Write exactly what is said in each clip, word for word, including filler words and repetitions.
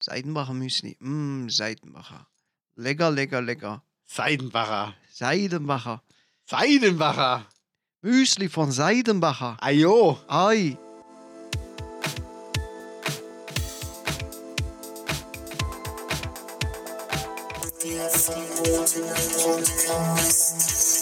Seidenbacher Müsli. Mm, Seidenbacher. Lecker, lecker, lecker. Seidenbacher. Seidenbacher. Seidenbacher. Müsli von Seidenbacher. Ajo. Ei. Der verbotene Podcast.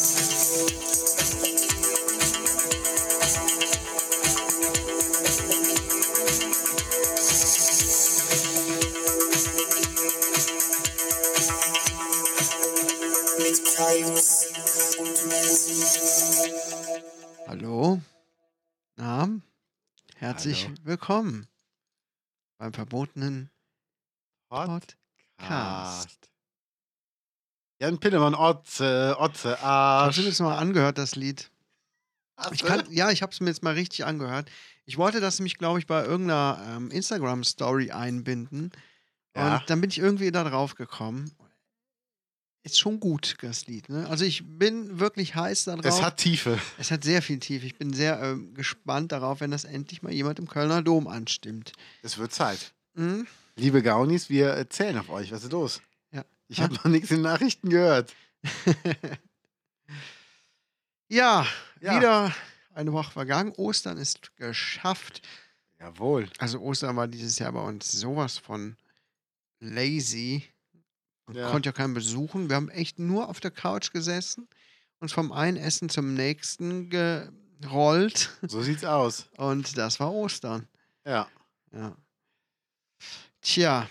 Mit Kaius und Nelson. Hallo. Na, herzlich Hallo. willkommen beim verbotenen Podcast. Podcast. Jan Pinnemann, Otze, Otze, Hast Arsch. du das mal angehört, das Lied? Hast Ich du? kann, ja, ich habe es mir jetzt mal richtig angehört. Ich wollte das mich, glaube ich, bei irgendeiner ähm, Instagram-Story einbinden. Ja. Und dann bin ich irgendwie da drauf gekommen. Ist schon gut, das Lied. Ne? Also ich bin wirklich heiß da drauf. Es hat Tiefe. Es hat sehr viel Tiefe. Ich bin sehr ähm, gespannt darauf, wenn das endlich mal jemand im Kölner Dom anstimmt. Es wird Zeit. Mhm. Liebe Gaunis, wir erzählen auf euch. Was ist los? Ja. Ich habe noch nichts in den Nachrichten gehört. Ja, Ja. wieder eine Woche vergangen. Ostern ist geschafft. Jawohl. Also Ostern war dieses Jahr bei uns sowas von lazy. Man Ja. konnte ja keinen besuchen. Wir haben echt nur auf der Couch gesessen, uns vom einen Essen zum nächsten gerollt. So sieht's aus. Und das war Ostern. Ja. Ja. Tja.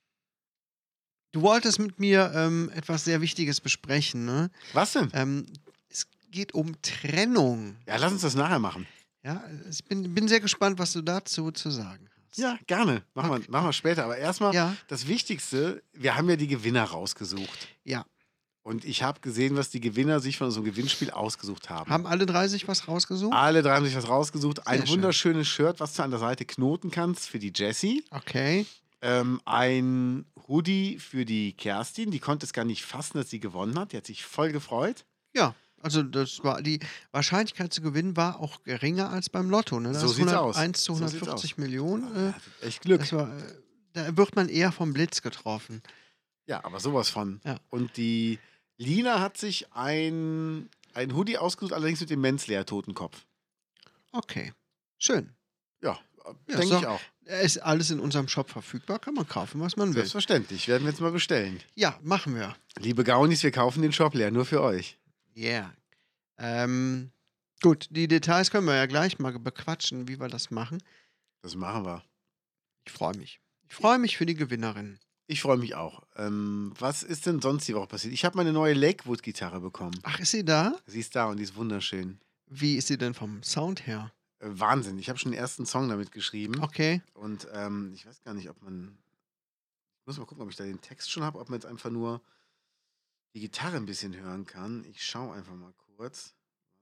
Du wolltest mit mir ähm, etwas sehr Wichtiges besprechen, ne? Was denn? Ähm, es geht um Trennung. Ja, lass uns das nachher machen. Ja, ich bin, bin sehr gespannt, was du dazu zu sagen hast. Ja, gerne. Machen wir, machen wir später. Aber erstmal Ja. das Wichtigste, wir haben ja die Gewinner rausgesucht. Ja. Und ich habe gesehen, was die Gewinner sich von so einem Gewinnspiel ausgesucht haben. Haben alle drei sich was rausgesucht? Alle drei haben sich was rausgesucht. Ein Sehr schön. wunderschönes Shirt, was du an der Seite knoten kannst für die Jessie. Okay. Ähm, ein Hoodie für die Kerstin. Die konnte es gar nicht fassen, dass sie gewonnen hat. Die hat sich voll gefreut. Ja, also das war die Wahrscheinlichkeit zu gewinnen war auch geringer als beim Lotto. Ne? Das So ist sieht's aus. eins zu So sieht's hundertfünfzig aus. Millionen. Äh, Echt Glück. das war, äh, da wird man eher vom Blitz getroffen. Ja, aber sowas von. Ja. Und die Lina hat sich ein, ein Hoodie ausgesucht, allerdings mit dem Menzler-Totenkopf. Okay, schön. Ja, Ja, denke so. ich auch. Ist alles in unserem Shop verfügbar, kann man kaufen, was man will. Selbstverständlich. Werden wir jetzt mal bestellen. Ja, machen wir. Liebe Gaunis, wir kaufen den Shop leer, nur für euch. Yeah. Ähm, gut, die Details können wir ja gleich mal bequatschen, wie wir das machen. Das machen wir. Ich freue mich. Ich freue mich für die Gewinnerin. Ich freue mich auch. Ähm, was ist denn sonst die Woche passiert? Ich habe meine neue Lakewood-Gitarre bekommen. Ach, ist sie da? Sie ist da und die ist wunderschön. Wie ist sie denn vom Sound her? Äh, Wahnsinn. Ich habe schon den ersten Song damit geschrieben. Okay. Und ähm, ich weiß gar nicht, ob man. Ich muss mal gucken, ob ich da den Text schon habe, ob man jetzt einfach nur die Gitarre ein bisschen hören kann. Ich schaue einfach mal kurz.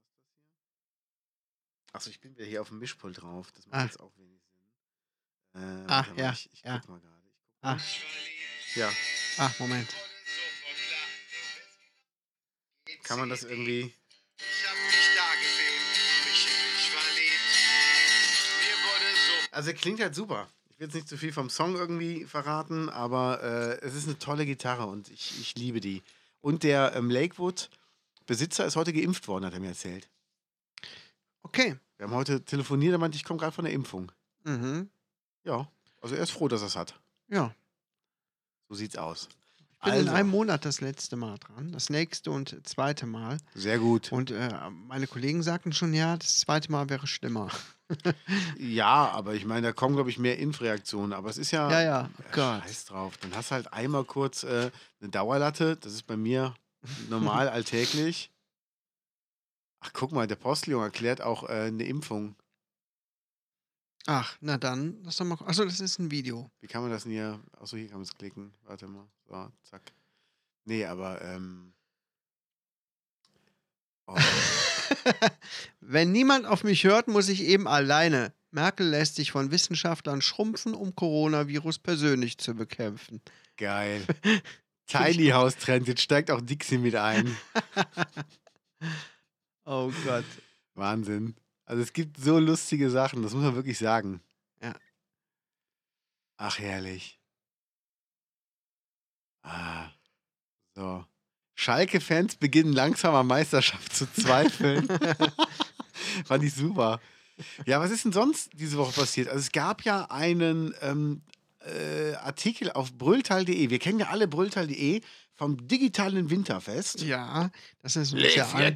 Achso, ich bin wieder hier auf dem Mischpult drauf. Das macht Ah. jetzt auch wenig Sinn. Äh, Ah, warte mal, ja, Ich, ich ja. guck mal gerade. Ich guck Ah, mal. Ja. ah, Moment. Kann man das irgendwie. Ich hab dich da gesehen, mich in dich verliebt. Mir wurde so. Also, er klingt halt super. Ich will jetzt nicht zu viel vom Song irgendwie verraten, aber äh, es ist eine tolle Gitarre und ich, ich liebe die. Und der ähm, Lakewood-Besitzer ist heute geimpft worden, hat er mir erzählt. Okay. Wir haben heute telefoniert, er meinte, ich komme gerade von der Impfung. Mhm. Ja, also er ist froh, dass er es hat. Ja. So sieht's aus. Ich bin in Also, einem Monat das letzte Mal dran. Das nächste und zweite Mal. sehr gut. Und äh, meine Kollegen sagten schon, ja, das zweite Mal wäre schlimmer. Ja, aber ich meine, da kommen, glaube ich, mehr Impfreaktionen. Aber es ist ja. Ja, ja. Oh Ja, Gott. Scheiß drauf. Dann hast du halt einmal kurz äh, eine Dauerlatte. Das ist bei mir normal, alltäglich. Ach, guck mal, der Postillon erklärt auch äh, eine Impfung. Ach, na dann, lass doch mal. Achso, das ist ein Video. Wie kann man das denn hier? Achso, hier kann man es klicken. Warte mal. So, zack. Nee, aber, ähm. Oh. Wenn niemand auf mich hört, muss ich eben alleine. Merkel lässt sich von Wissenschaftlern schrumpfen, um Coronavirus persönlich zu bekämpfen. Geil. Tiny House Trend, jetzt steigt auch Dixie mit ein. Oh Gott. Wahnsinn. Also es gibt so lustige Sachen, das muss man wirklich sagen. Ja. Ach, herrlich. Ah, so. Schalke-Fans beginnen langsam an Meisterschaft zu zweifeln. Fand ich super. Ja, was ist denn sonst diese Woche passiert? Also es gab ja einen ähm, äh, Artikel auf brülltal punkt de. Wir kennen ja alle brülltal punkt de vom digitalen Winterfest. Ja, das ist uns ja, allen,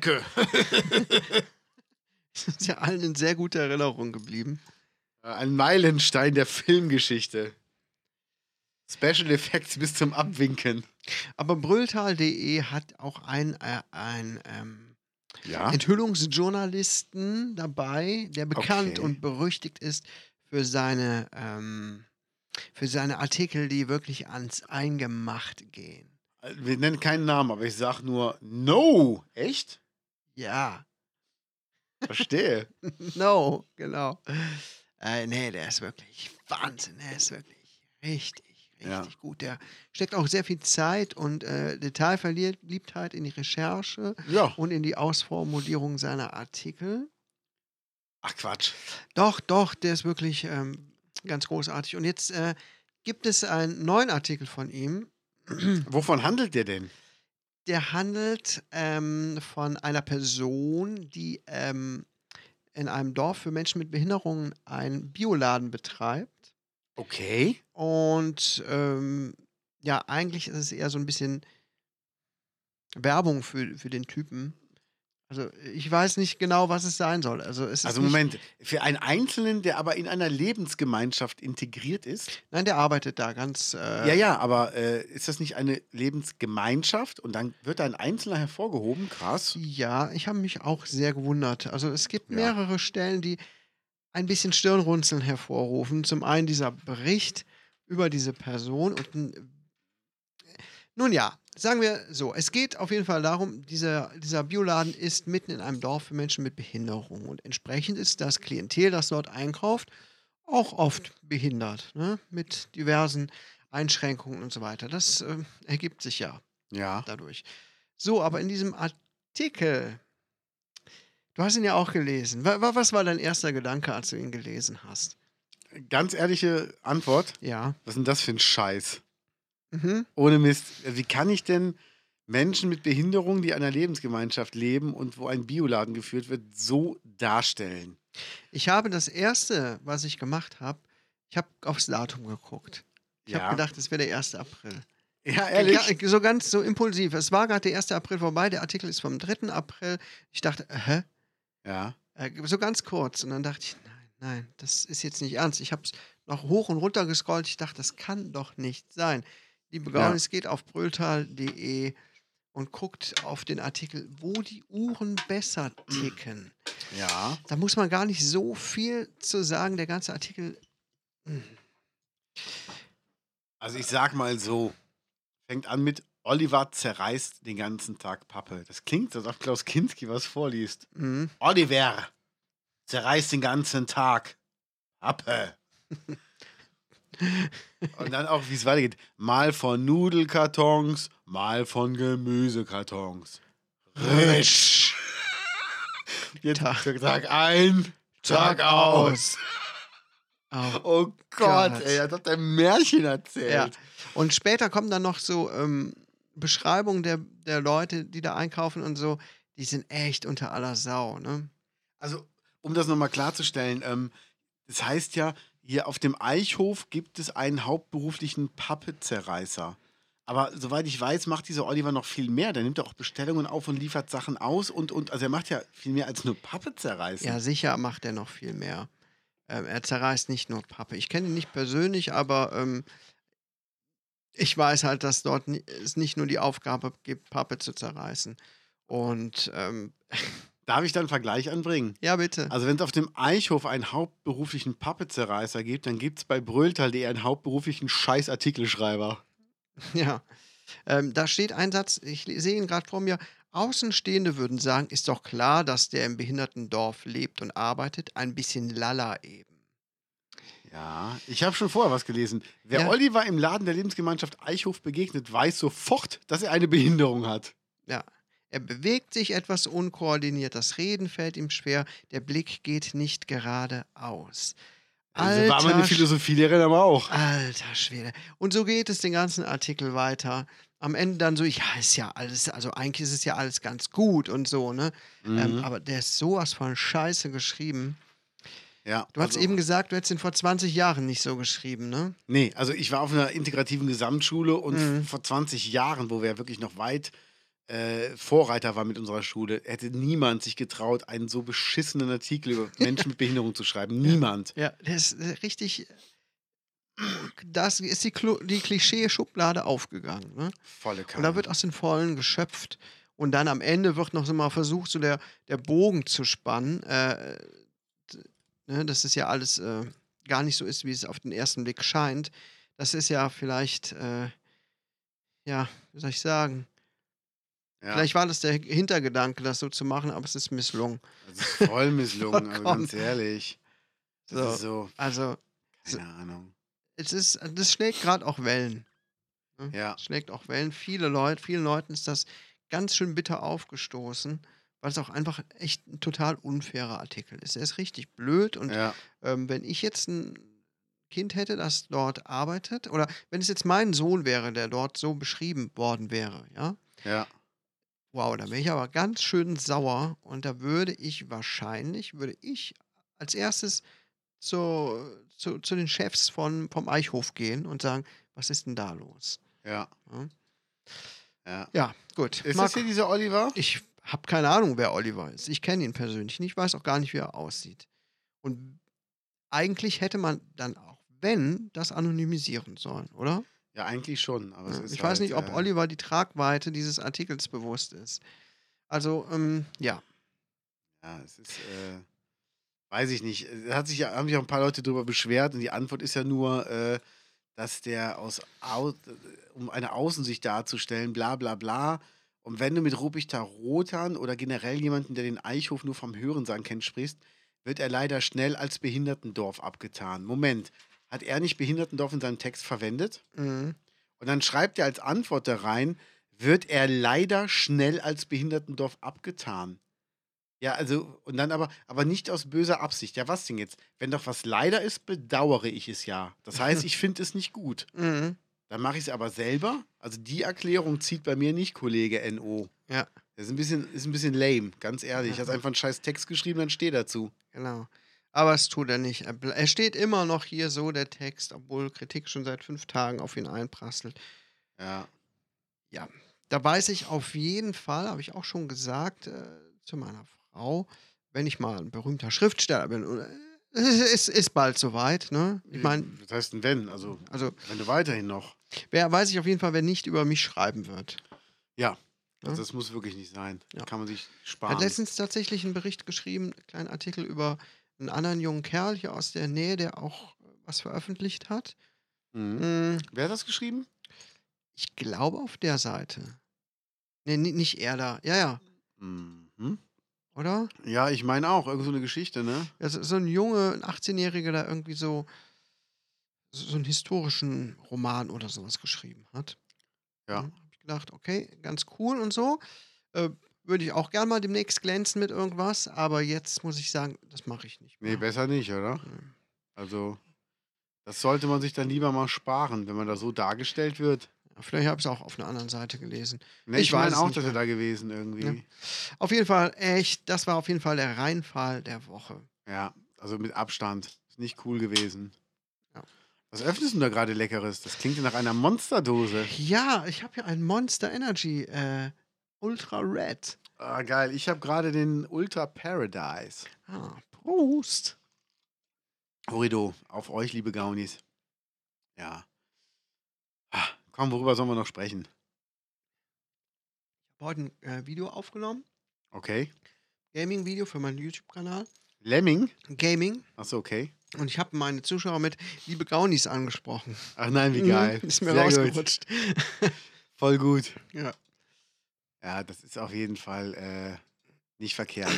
das ist ja allen in sehr guter Erinnerung geblieben. Ein Meilenstein der Filmgeschichte. Special Effects bis zum Abwinken. Aber brülltal punkt de hat auch ein, äh, ein ähm, Ja. Enthüllungsjournalisten dabei, der bekannt Okay. und berüchtigt ist für seine, ähm, für seine Artikel, die wirklich ans Eingemacht gehen. Wir nennen keinen Namen, aber ich sag nur No. Echt? Ja, Verstehe. no, genau. Äh, nee, der ist wirklich Wahnsinn. Der ist wirklich richtig, richtig Ja. gut. Der steckt auch sehr viel Zeit und äh, Detailverliebtheit in die Recherche Ja. und in die Ausformulierung seiner Artikel. Ach Quatsch. Doch, doch, der ist wirklich ähm, ganz großartig. Und jetzt äh, gibt es einen neuen Artikel von ihm. Wovon handelt der denn? Der handelt ähm, von einer Person, die ähm, in einem Dorf für Menschen mit Behinderungen einen Bioladen betreibt. Okay. Und ähm, ja, eigentlich ist es eher so ein bisschen Werbung für, für den Typen. Also ich weiß nicht genau, was es sein soll. Also, es ist Also nicht, Moment, für einen Einzelnen, der aber in einer Lebensgemeinschaft integriert ist. Nein, der arbeitet da ganz. Äh, Ja, ja, aber äh, ist das nicht eine Lebensgemeinschaft und dann wird da ein Einzelner hervorgehoben? Krass. Ja, ich habe mich auch sehr gewundert. Also es gibt Ja. mehrere Stellen, die ein bisschen Stirnrunzeln hervorrufen. Zum einen dieser Bericht über diese Person und n- nun ja, sagen wir so, es geht auf jeden Fall darum, dieser, dieser Bioladen ist mitten in einem Dorf für Menschen mit Behinderung und entsprechend ist das Klientel, das dort einkauft, auch oft behindert, ne? Mit diversen Einschränkungen und so weiter. Das äh, ergibt sich ja Ja. dadurch. So, aber in diesem Artikel, du hast ihn ja auch gelesen. Wa- wa- Was war dein erster Gedanke, als du ihn gelesen hast? Ganz ehrliche Antwort. Ja. Was ist denn das für ein Scheiß? Mhm. Ohne Mist. Wie kann ich denn Menschen mit Behinderung, die in einer Lebensgemeinschaft leben und wo ein Bioladen geführt wird, so darstellen? Ich habe das erste, was ich gemacht habe, ich habe aufs Datum geguckt. Ich Ja. habe gedacht, es wäre der erste April. Ja, ehrlich? Ja, so ganz so impulsiv. Es war gerade der erste April vorbei, der Artikel ist vom dritten April. Ich dachte, äh, hä? Ja. Äh, so ganz kurz. Und dann dachte ich, nein, nein, das ist jetzt nicht ernst. Ich habe es noch hoch und runter gescrollt. Ich dachte, das kann doch nicht sein. Liebe Gaunis, geht auf brülltal punkt de und guckt auf den Artikel, wo die Uhren besser ticken. Ja. Da muss man gar nicht so viel zu sagen. Der ganze Artikel. hm. Also ich sag mal so, fängt an mit Oliver zerreißt den ganzen Tag Pappe. Das klingt, als ob Klaus Kinski was vorliest. Mhm. Oliver zerreißt den ganzen Tag Pappe. Und dann auch, wie es weitergeht. Mal von Nudelkartons, mal von Gemüsekartons. Ritsch. Jetzt Tag. Tag ein, Tag aus. Oh, Oh Gott, Gott. ey, er hat ein Märchen ja. erzählt. Und später kommen dann noch so ähm, Beschreibungen der, der Leute, die da einkaufen und so. Die sind echt unter aller Sau, ne? Also, um das nochmal klarzustellen, ähm, das heißt ja, hier auf dem Eichhof gibt es einen hauptberuflichen Pappezerreißer. Aber soweit ich weiß, macht dieser Oliver noch viel mehr. Der nimmt ja auch Bestellungen auf und liefert Sachen aus und, und also er macht ja viel mehr als nur Pappe zerreißen. Ja, sicher macht er noch viel mehr. Ähm, er zerreißt nicht nur Pappe. Ich kenne ihn nicht persönlich, aber ähm, ich weiß halt, dass dort ni- es nicht nur die Aufgabe gibt, Pappe zu zerreißen. Und ähm, Darf ich da einen Vergleich anbringen? ja, bitte. Also wenn es auf dem Eichhof einen hauptberuflichen Pappezerreißer gibt, dann gibt es bei brülltal punkt de einen hauptberuflichen Scheißartikelschreiber. Ja. Ähm, da steht ein Satz, ich le- sehe ihn gerade vor mir. Außenstehende würden sagen, ist doch klar, dass der im Behindertendorf lebt und arbeitet. Ein bisschen lala eben. Ja, ich habe schon vorher was gelesen. Wer Ja. Oliver im Laden der Lebensgemeinschaft Eichhof begegnet, weiß sofort, dass er eine Behinderung hat. Ja. Er bewegt sich etwas unkoordiniert, das Reden fällt ihm schwer, der Blick geht nicht geradeaus. Also war meine Sch- Philosophielehrerin aber auch. Alter Schwede. Und so geht es den ganzen Artikel weiter. am Ende dann so, ja, ist ja alles, also eigentlich ist es ja alles ganz gut und so, ne? Ähm, Mhm. aber der ist sowas von Scheiße geschrieben. Ja, Du hast also, eben gesagt, du hättest ihn vor zwanzig Jahren nicht so geschrieben, ne? nee, also ich war auf einer integrativen Gesamtschule und f- Mhm. vor zwanzig Jahren, wo wir ja wirklich noch weit äh, Vorreiter waren mit unserer Schule, hätte niemand sich getraut, einen so beschissenen Artikel über Menschen mit Behinderung zu schreiben. Niemand. Ja, der ist äh, richtig, das ist die, Klu- die Klischee-Schublade aufgegangen, ne? Volle Und da Kanne. wird aus den Vollen geschöpft. Und dann am Ende wird noch so mal versucht, so der, der Bogen zu spannen. Äh, d- ne, dass es ja alles äh, gar nicht so ist, wie es auf den ersten Blick scheint. Das ist ja vielleicht, äh, ja, wie soll ich sagen? Ja, Vielleicht war das der Hintergedanke, das so zu machen, aber es ist misslungen. das ist voll misslungen, also Vollkommen. ganz ehrlich. Das So, ist so, also, so, keine Ahnung. es ist, das schlägt gerade auch Wellen. Ne? Ja, Es schlägt auch Wellen. Viele Leute, vielen Leuten ist das ganz schön bitter aufgestoßen, weil es auch einfach echt ein total unfairer Artikel ist. Er ist richtig blöd und ja, ähm, wenn ich jetzt ein Kind hätte, das dort arbeitet, oder wenn es jetzt mein Sohn wäre, der dort so beschrieben worden wäre, ja, ja. wow, da wäre ich aber ganz schön sauer und da würde ich wahrscheinlich, würde ich als erstes zu, zu, zu den Chefs von, vom Eichhof gehen und sagen, was ist denn da los? Ja, Ja, ja. ja gut. Ist Mal das hier dieser Oliver? Ich habe keine Ahnung, wer Oliver ist. Ich kenne ihn persönlich nicht, weiß auch gar nicht, wie er aussieht. Und eigentlich hätte man dann auch, wenn, das anonymisieren sollen, oder? Ja, eigentlich schon, aber es Ja, ist ich weiß halt, nicht, ob äh, Oliver die Tragweite dieses Artikels bewusst ist. Also, ähm, ja. ja, es ist, äh, weiß ich nicht. Es hat sich ja, haben sich auch ein paar Leute darüber beschwert und die Antwort ist ja nur, äh, dass der aus, au, äh, um eine Außensicht darzustellen, bla bla bla. Und wenn du mit Ruprechter Rothahn oder generell jemanden, der den Eichhof nur vom Hörensagen kennt, sprichst, wird er leider schnell als Behindertendorf abgetan. Moment, hat er nicht Behindertendorf in seinem Text verwendet? Mhm. Und dann schreibt er als Antwort da rein, wird er leider schnell als Behindertendorf abgetan. Ja, also, und dann aber, aber nicht aus böser Absicht. Ja, was denn jetzt? Wenn doch was leider ist, bedauere ich es ja. Das heißt, ich finde es nicht gut. Mhm. Dann mache ich es aber selber. Also die Erklärung zieht bei mir nicht, Kollege N O. Ja, Das ist ein bisschen, ist ein bisschen lame, ganz ehrlich. Hast einfach einen scheiß Text geschrieben, dann steh dazu. genau. Aber es tut er nicht. Er, ble- er steht immer noch hier so, der Text, obwohl Kritik schon seit fünf Tagen auf ihn einprasselt. Ja. Ja, da weiß ich auf jeden Fall, habe ich auch schon gesagt äh, zu meiner Frau, wenn ich mal ein berühmter Schriftsteller bin, oder, äh, es ist, ist bald soweit, ne? Ich meine, Was heißt denn wenn? Also, also, wenn du weiterhin noch. wer weiß ich auf jeden Fall, wer nicht über mich schreiben wird. Ja. Ja? Also das muss wirklich nicht sein. Ja. Kann man sich Er sparen. hat letztens tatsächlich einen Bericht geschrieben, einen kleinen Artikel über einen anderen jungen Kerl hier aus der Nähe, der auch äh, was veröffentlicht hat. Mhm. Mm, Wer hat das geschrieben? Ich glaube auf der Seite. Nee, ni- nicht er da. Ja, ja, Mhm. oder? Ja, ich meine auch. Irgend so eine Geschichte, ne? Das ist so ein Junge, ein achtzehnjähriger, der irgendwie so, so so einen historischen Roman oder sowas geschrieben hat. Ja. Hab ich gedacht, okay, ganz cool und so. Äh, würde ich auch gern mal demnächst glänzen mit irgendwas, aber jetzt muss ich sagen, das mache ich nicht Nee, mehr. besser nicht, oder? Nee. Also, das sollte man sich dann lieber mal sparen, wenn man da so dargestellt wird. Ja, vielleicht habe ich es auch auf einer anderen Seite gelesen. Ne, Ich ich, weiß meine es auch, nicht dass er mehr. da gewesen irgendwie. Ja. Auf jeden Fall echt, das war auf jeden Fall der Reinfall der Woche. Ja, also mit Abstand. Ist nicht cool gewesen. Ja. Was öffnest du denn da gerade Leckeres? Das klingt ja nach einer Monsterdose. Ja, ich habe hier einen Monster Energy äh, Ultra Red. Ah, geil. Ich habe gerade den Ultra Paradise. Ah, Prost. Horrido, auf euch, liebe Gaunis. Ja. Ah, komm, worüber sollen wir noch sprechen? Ich habe heute ein äh, Video aufgenommen. Okay. Gaming-Video für meinen YouTube-Kanal. Lemming? Gaming. Achso, okay. Und ich habe meine Zuschauer mit liebe Gaunis angesprochen. Ach nein, wie geil. Mhm, ist mir Sehr gut. rausgerutscht. Voll gut. Ja. Ja, das ist auf jeden Fall äh, nicht verkehrt.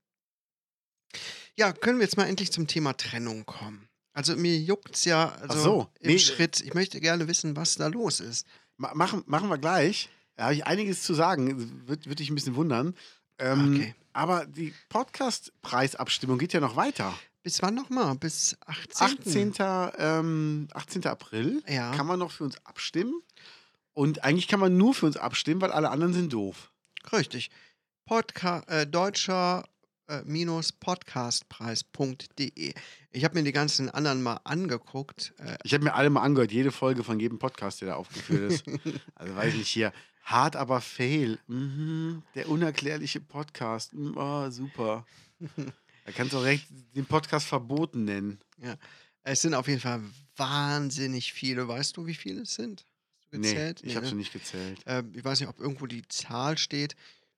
Ja, können wir jetzt mal endlich zum Thema Trennung kommen. Also mir juckt's ja also Ach so, im nee. Schritt. Ich möchte gerne wissen, was da los ist. Ma machen, machen wir gleich. Da habe ich einiges zu sagen. Wird, wird dich ein bisschen wundern. Ähm, Okay. Aber die Podcast-Preisabstimmung geht ja noch weiter. Bis wann nochmal? Bis achtzehnten achtzehnten Ähm, achtzehnten April Ja. kann man noch für uns abstimmen. Und eigentlich kann man nur für uns abstimmen, weil alle anderen sind doof. Richtig. Podca äh, deutscher äh, minus podcastpreis punkt de. Ich habe mir die ganzen anderen mal angeguckt. Äh, Ich habe mir alle mal angehört, jede Folge von jedem Podcast, der da aufgeführt ist. Also weiß nicht hier. Hart aber fail. Mhm. Der unerklärliche Podcast. Mhm, oh, super. Da kannst du auch recht den Podcast verboten nennen. ja. Es sind auf jeden Fall wahnsinnig viele. Weißt du, wie viele es sind? Hast du Nee, gezählt? ich habe ne? schon nicht gezählt. Äh, ich weiß nicht, ob irgendwo die Zahl steht.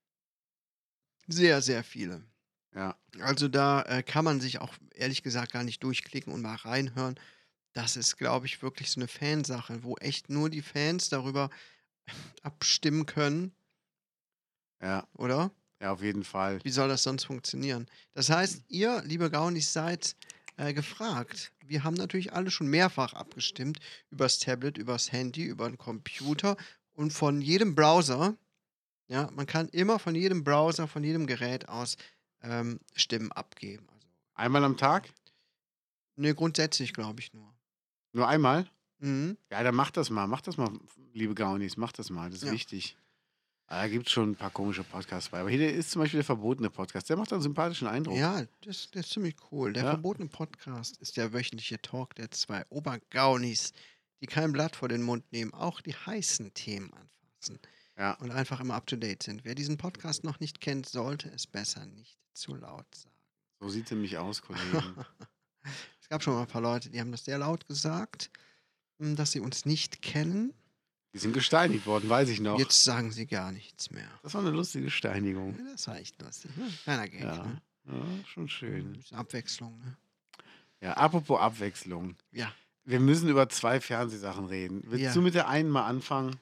Sehr, sehr viele. Ja. Also da äh, kann man sich auch ehrlich gesagt gar nicht durchklicken und mal reinhören. Das ist, glaube ich, wirklich so eine Fansache, wo echt nur die Fans darüber abstimmen können, Ja, oder? ja, auf jeden Fall. Wie soll das sonst funktionieren? Das heißt, ihr, liebe Gaunis, seid äh, gefragt. Wir haben natürlich alle schon mehrfach abgestimmt übers Tablet, übers Handy, über den Computer und von jedem Browser. Ja, man kann immer von jedem Browser, von jedem Gerät aus ähm, Stimmen abgeben. Also, Einmal am Tag? ne, grundsätzlich glaube ich nur. Nur einmal? Mhm. Ja, dann mach das mal. Mach das mal, liebe Gaunis. Mach das mal. Das ist Ja. wichtig. Ah, da gibt es schon ein paar komische Podcasts bei. Aber hier ist zum Beispiel der verbotene Podcast. Der macht einen sympathischen Eindruck. Ja, das, das ist ziemlich cool. Der Ja. verbotene Podcast ist der wöchentliche Talk der zwei Obergaunis, die kein Blatt vor den Mund nehmen, auch die heißen Themen anfassen Ja. und einfach immer up-to-date sind. Wer diesen Podcast noch nicht kennt, sollte es besser nicht zu laut sagen. So sieht es nämlich aus, Kollegen. Es gab schon mal ein paar Leute, die haben das sehr laut gesagt, m, dass sie uns nicht kennen. Die sind gesteinigt worden, weiß ich noch. Jetzt sagen sie gar nichts mehr. Das war eine lustige Steinigung. Ja, das war echt lustig. Ne? Kleiner Gag. Ja, Ne? ja schon Ein schön. bisschen Abwechslung. Ne? Ja, apropos Abwechslung. Ja. Wir müssen über zwei Fernsehsachen reden. Willst Ja. du mit der einen mal anfangen?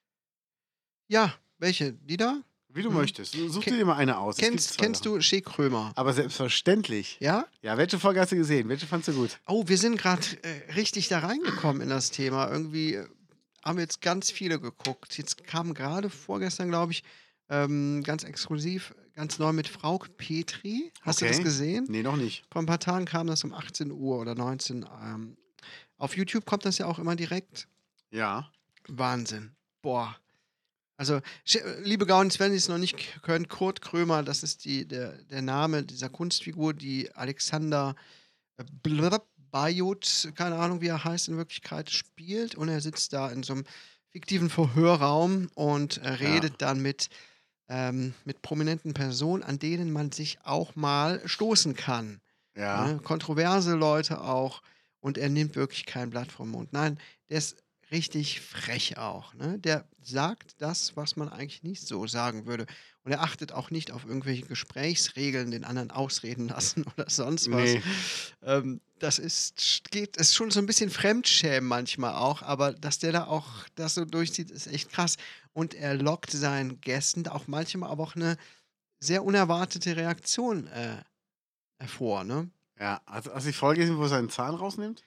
Ja, welche? Die da? Wie du Mhm. möchtest. Such Ken- dir dir mal eine aus. Es gibt Kennst, zwei kennst Sachen. du Shea Krömer? Aber selbstverständlich. Ja? Ja, welche Folge hast du gesehen? Welche fandst du gut? Oh, wir sind gerade äh, richtig da reingekommen in das Thema. Irgendwie äh, haben wir jetzt ganz viele geguckt. Jetzt kam gerade vorgestern, glaube ich, ähm, ganz exklusiv, ganz neu mit Frau Petri. Hast du Okay. das gesehen? Nee, noch nicht. Vor ein paar Tagen kam das um achtzehn Uhr oder neunzehn. Ähm, auf YouTube kommt das ja auch immer direkt. Ja. Wahnsinn. Boah. Also, sch- liebe Gaunis, wenn ihr es noch nicht k- könnt, Kurt Krömer, das ist die, der, der Name dieser Kunstfigur, die Alexander äh, Blub- Bayut, keine Ahnung, wie er heißt in Wirklichkeit, spielt. Und er sitzt da in so einem fiktiven Verhörraum und äh, redet dann mit, ähm, mit prominenten Personen, an denen man sich auch mal stoßen kann. Ja. Ne? Kontroverse Leute auch. Und er nimmt wirklich kein Blatt vom Mund. Nein, der ist richtig frech auch. Ne? Der sagt das, was man eigentlich nicht so sagen würde. Und er achtet auch nicht auf irgendwelche Gesprächsregeln, den anderen ausreden lassen oder sonst was. Nee. Ähm, das ist, geht, ist schon so ein bisschen Fremdschämen manchmal auch, aber dass der da auch das so durchzieht, ist echt krass. Und er lockt seinen Gästen auch manchmal aber auch eine sehr unerwartete Reaktion äh, hervor. Ne? Ja. Hast, hast du die Folge gesehen, wo er seinen Zahn rausnimmt?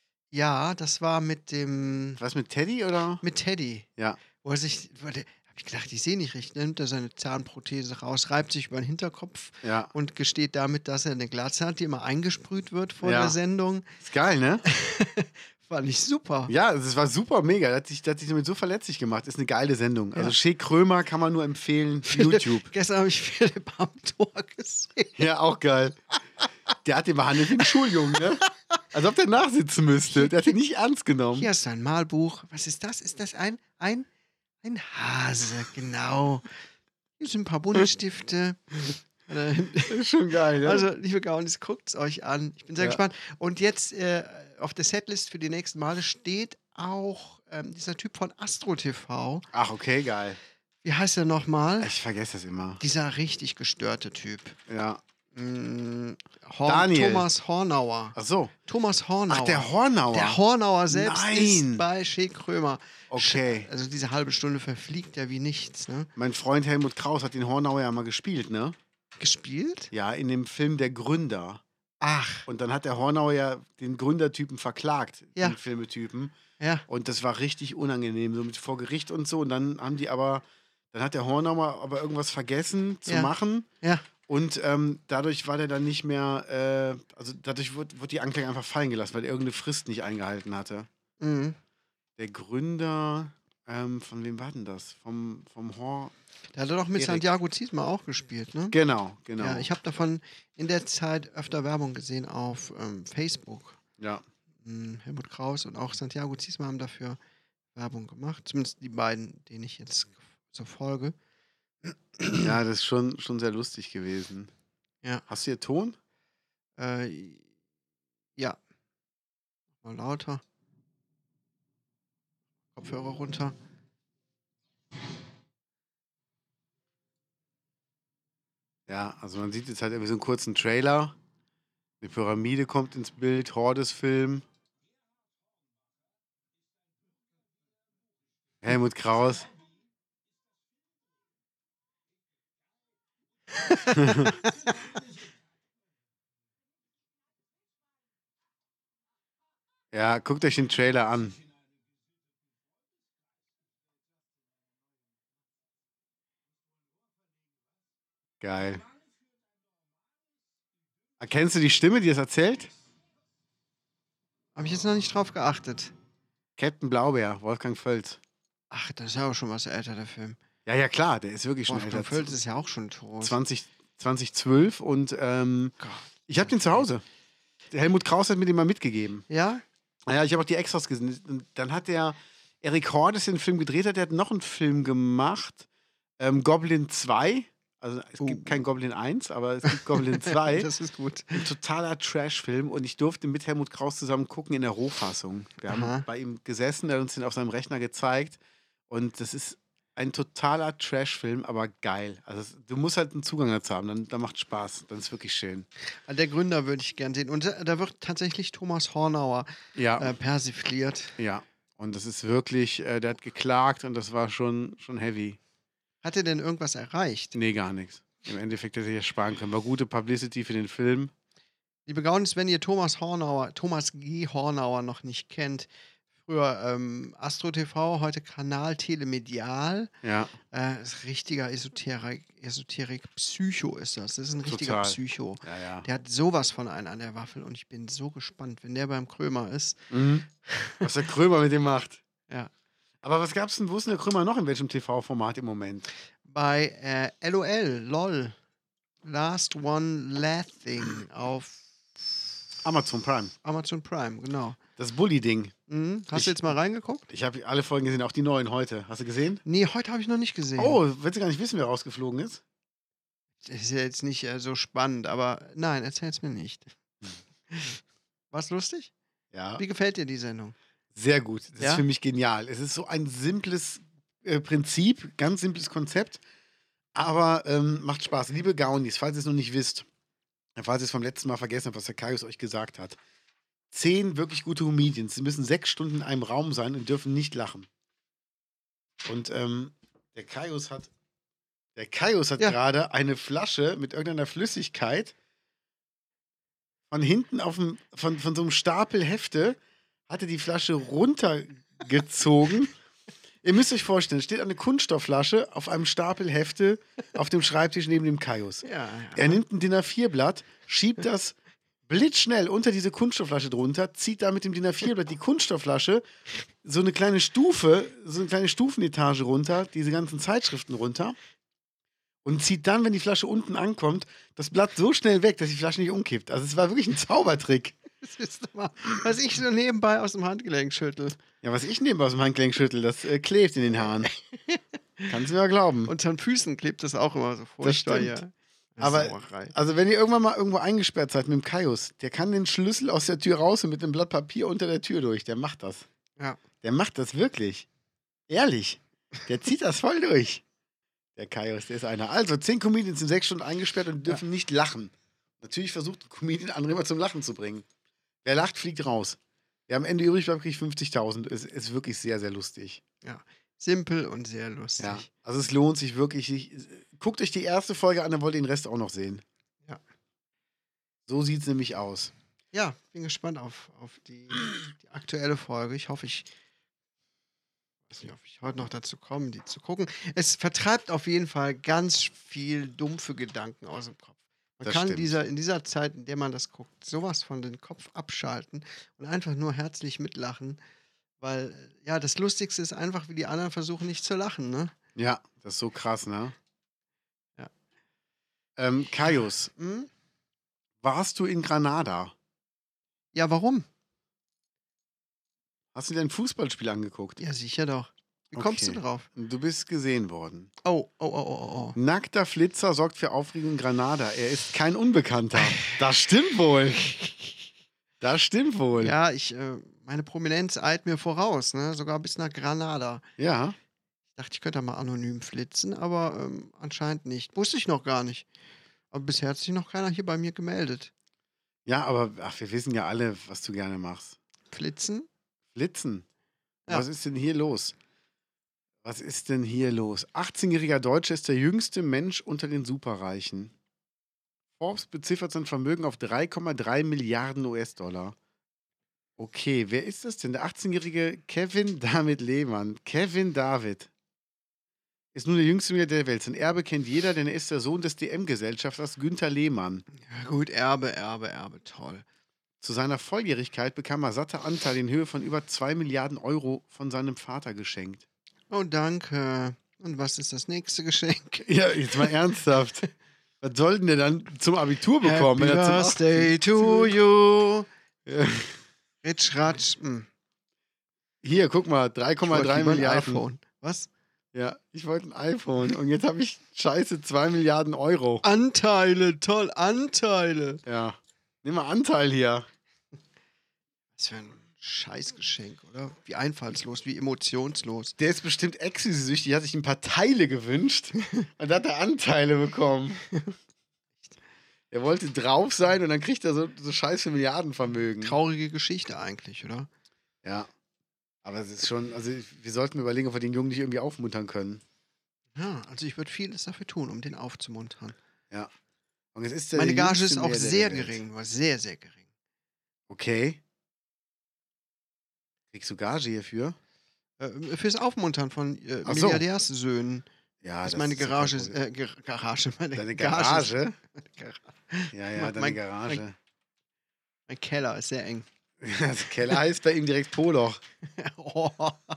Ja, das war mit dem, Was mit Teddy oder? mit Teddy. Ja. Wo er sich, wo der, hab ich gedacht, ich sehe nicht richtig, nimmt er seine Zahnprothese raus, reibt sich über den Hinterkopf Ja. und gesteht damit, dass er eine Glatze hat, die immer eingesprüht wird vor Ja. der Sendung. Ist geil, ne? Fand ich super. Ja, es war super mega. Der hat sich, der hat sich damit so verletzlich gemacht. Ist eine geile Sendung. Also Ja. Shea Krömer kann man nur empfehlen. YouTube. Gestern habe ich Philipp am Tor gesehen. Ja, auch geil. Der hat den behandelt wie ein Schuljungen, ne? Als ob der nachsitzen müsste. Der hat ihn nicht ernst genommen. Hier ist ein Malbuch. Was ist das? Ist das ein, ein, ein Hase? Genau. Hier sind ein paar Buntstifte. Äh, Das ist schon geil, ne? Also, liebe Gaunis, guckt es euch an. Ich bin sehr Ja. gespannt. Und jetzt äh, auf der Setlist für die nächsten Male steht auch ähm, dieser Typ von Astro T V. Ach, okay, geil. Wie heißt er nochmal? Ich vergesse das immer. Dieser richtig gestörte Typ. Ja. Mm, Horn, Daniel. Thomas Hornauer. Ach so. Thomas Hornauer. Ach, der Hornauer. Der Hornauer selbst Nein. ist bei Shea Krömer. Okay. Also diese halbe Stunde verfliegt ja wie nichts, ne? Mein Freund Helmut Kraus hat den Hornauer ja mal gespielt, ne? Gespielt? Ja, in dem Film Der Gründer. Ach, Und dann hat der Hornauer ja den Gründertypen verklagt, Ja. den Filmetypen. ja. Und das war richtig unangenehm, so mit vor Gericht und so. Und dann haben die aber, dann hat der Hornauer aber irgendwas vergessen zu Ja. machen. Ja. Und ähm, dadurch war der dann nicht mehr, äh, also dadurch wurde, wurde die Anklage einfach fallen gelassen, weil er irgendeine Frist nicht eingehalten hatte. Mhm. Der Gründer, Ähm, von wem war denn das? Vom, vom Horror. Der hat doch mit Erik. Santiago Ziesma auch gespielt, ne? Genau, genau. Ja, ich habe davon in der Zeit öfter Werbung gesehen auf ähm, Facebook. Ja. Hm, Helmut Kraus und auch Santiago Ziesma haben dafür Werbung gemacht. Zumindest die beiden, denen ich jetzt so folge. Ja, das ist schon, schon sehr lustig gewesen. Ja. Hast du hier Ton? Äh, ja. Mal lauter. Kopfhörer runter. Ja, also man sieht jetzt halt irgendwie so einen kurzen Trailer. Eine Pyramide kommt ins Bild, Hordes-Film. Helmut Kraus. Ja, guckt euch den Trailer an. Geil. Erkennst du die Stimme, die das erzählt? Habe ich jetzt noch nicht drauf geachtet. Captain Blaubeer, Wolfgang Völz. Ach, das ist ja auch schon was älter, der Film. Ja, ja, klar, der ist wirklich schon Wolfgang älter. Völz ist ja auch schon tot. zwanzig, zweitausendzwölf und ähm, Gott. ich habe den zu Hause. Der Helmut Kraus hat mir den mal mitgegeben. Ja? Ja, ich habe auch die Extras gesehen. Und dann hat der Erik Hordes den Film gedreht, hat, der hat noch einen Film gemacht. Ähm, Goblin zwei. Also es Oh. gibt kein Goblin eins, aber es gibt Goblin zwei. Das ist gut. Ein totaler Trash-Film und ich durfte mit Helmut Kraus zusammen gucken in der Rohfassung. Wir Aha. haben bei ihm gesessen, er hat uns den auf seinem Rechner gezeigt und das ist ein totaler Trash-Film, aber geil. Also es, du musst halt einen Zugang dazu haben, dann, dann macht Spaß, dann ist wirklich schön. Der Gründer würde ich gern sehen. Und da da wird tatsächlich Thomas Hornauer Ja, äh, persifliert. ja. Und das ist wirklich, äh, der hat geklagt und das war schon, schon heavy. Hat er denn irgendwas erreicht? Nee, gar nichts. Im Endeffekt hätte ich ja sparen können. War gute Publicity für den Film. Liebe Gaunis, wenn ihr Thomas Hornauer, Thomas G. Hornauer noch nicht kennt, früher ähm, Astro T V, heute Kanal Telemedial, Ja, äh, ist richtiger Esoterik, Esoterik Psycho ist das. Das ist ein richtiger Total. Psycho. ja, ja. Der hat sowas von einem an der Waffel und ich bin so gespannt, wenn der beim Krömer ist. Mhm. Was der Krömer mit dem macht. Ja. Aber was gab's denn, wo ist denn der Krömer noch in welchem T V-Format im Moment? Bei äh, LOL, LOL, Last One Laughing auf Amazon Prime. Amazon Prime, genau. Das Bully-Ding. Mhm. Hast Ich- du jetzt mal reingeguckt? Ich habe alle Folgen gesehen, auch die neuen heute. Hast du gesehen? Nee, heute habe ich noch nicht gesehen. Oh, willst du gar nicht wissen, wer rausgeflogen ist? Das ist ja jetzt nicht äh, so spannend, aber nein, erzähl's mir nicht. War's lustig? Ja. Wie gefällt dir die Sendung? Sehr gut. Das Ja? ist für mich genial. Es ist so ein simples äh, Prinzip, ganz simples Konzept, aber ähm, macht Spaß. Liebe Gaunis, falls ihr es noch nicht wisst, falls ihr es vom letzten Mal vergessen habt, was der Kaius euch gesagt hat. Zehn wirklich gute Comedians. Sie müssen sechs Stunden in einem Raum sein und dürfen nicht lachen. Und ähm, der Kaius hat, der Kaius hat Ja. gerade eine Flasche mit irgendeiner Flüssigkeit von hinten auf dem, von, von so einem Stapel Hefte, hatte die Flasche runtergezogen. Ihr müsst euch vorstellen, es steht eine Kunststoffflasche auf einem Stapel Hefte auf dem Schreibtisch neben dem Kaius. Ja, Er nimmt ein DIN A vier Blatt, schiebt das blitzschnell unter diese Kunststoffflasche drunter, zieht da mit dem DIN A vier Blatt die Kunststoffflasche so eine kleine Stufe, so eine kleine Stufenetage runter, diese ganzen Zeitschriften runter und zieht dann, wenn die Flasche unten ankommt, das Blatt so schnell weg, dass die Flasche nicht umkippt. Also es war wirklich ein Zaubertrick. Das ist doch mal, was ich so nebenbei aus dem Handgelenk schüttel. Ja, was ich nehme aus dem Handgelenk schüttel, das äh, klebt in den Haaren. Kannst du mir ja glauben. Unter den Füßen klebt das auch immer so furchtbar stimmt. hier. Aber- Sauerei. Also wenn ihr irgendwann mal irgendwo eingesperrt seid mit dem Kaius, der kann den Schlüssel aus der Tür raus und mit einem Blatt Papier unter der Tür durch. Der macht das. Ja. Der macht das wirklich. Ehrlich. Der zieht das voll durch. Der Kaius, der ist einer. Also, zehn Comedians sind sechs Stunden eingesperrt und dürfen nicht lachen. Natürlich versucht ein Comedian andere immer zum Lachen zu bringen. Wer lacht, fliegt raus. Wer am Ende übrig bleibt, kriegt fünfzigtausend. Ist, ist wirklich sehr, sehr lustig. Simpel und sehr lustig. Ja. Also es lohnt sich wirklich. sich- Guckt euch die erste Folge an, dann wollt ihr den Rest auch noch sehen. Ja. So sieht es nämlich aus. Ja, bin gespannt auf, auf die, die aktuelle Folge. Ich hoffe, ich weiß nicht, ob ich heute noch dazu komme, die zu gucken. Es vertreibt auf jeden Fall ganz viel dumpfe Gedanken aus dem Kopf. Man Das kann stimmt. dieser, in dieser Zeit, in der man das guckt, sowas von den Kopf abschalten und einfach nur herzlich mitlachen. Weil, äh, ja, das Lustigste ist einfach, wie die anderen versuchen, nicht zu lachen, ne? Ja, das ist so krass, ne? Ja. Ähm, Kaius, Hm? warst du in Granada? Ja, warum? Hast du dir ein Fußballspiel angeguckt? Ja, sicher doch. Wie kommst du Okay. drauf? Du bist gesehen worden. Oh, oh, oh, oh, oh. Nackter Flitzer sorgt für Aufregung in Granada. Er ist kein Unbekannter. Das stimmt wohl. Das stimmt wohl. Ja, ich, äh, meine Prominenz eilt mir voraus, ne? Sogar bis nach Granada. Ja. Ich dachte, ich könnte da mal anonym flitzen, aber ähm, anscheinend nicht. Wusste ich noch gar nicht. Aber bisher hat sich noch keiner hier bei mir gemeldet. Ja, aber ach, wir wissen ja alle, was du gerne machst. Flitzen? Flitzen. Ja. Was ist denn hier los? Was ist denn hier los? achtzehnjähriger Deutscher ist der jüngste Mensch unter den Superreichen. Forbes beziffert sein Vermögen auf drei Komma drei Milliarden U S-Dollar. Okay, wer ist das denn? Der achtzehnjährige Kevin David Lehmann. Kevin David ist nun der jüngste Milliardär der Welt. Sein Erbe kennt jeder, denn er ist der Sohn des D M-Gesellschafters Günther Lehmann. Ja, gut, Erbe, Erbe, Erbe, toll. Zu seiner Volljährigkeit bekam er satte Anteile in Höhe von über zwei Milliarden Euro von seinem Vater geschenkt. Oh, danke. Und was ist das nächste Geschenk? Ja, jetzt mal ernsthaft. Was soll denn der dann zum Abitur bekommen? Happy wenn er zum Birthday achtzehnten to you. Ja. Ritsch, ratsch. Hm. Hier, guck mal, drei Komma Ich wollte drei lieber ein Milliarden. iPhone. Was? Ja, ich wollte ein iPhone und jetzt habe ich scheiße zwei Milliarden Euro. Anteile, toll, Anteile. Ja, nimm mal Anteil hier. Was für ein Scheißgeschenk, oder? Wie einfallslos, wie emotionslos. Der ist bestimmt Ecstasy-süchtig, hat sich ein paar Teile gewünscht und hat er Anteile bekommen. Er wollte drauf sein und dann kriegt er so, so scheiße Milliardenvermögen. Traurige Geschichte eigentlich, oder? Ja, aber es ist schon, also wir sollten überlegen, ob wir den Jungen nicht irgendwie aufmuntern können. Ja, also ich würde vieles dafür tun, um den aufzumuntern. Ja. Und jetzt ist der Meine der Gage jüngste ist auch Milliardär sehr der Welt. gering, war sehr, sehr gering. Okay. Kriegst du Gage hierfür? Äh, fürs Aufmuntern von äh, Ach so. Milliardärssöhnen Ja, ist das meine ja kein Garage, Problem. äh, Gar- Garage, meine Deine Gage ist- Garage? meine Garage. Ja, ja, Mein- deine mein- Garage. Mein Keller ist sehr eng. Das Keller heißt bei ihm direkt Poloch. oh.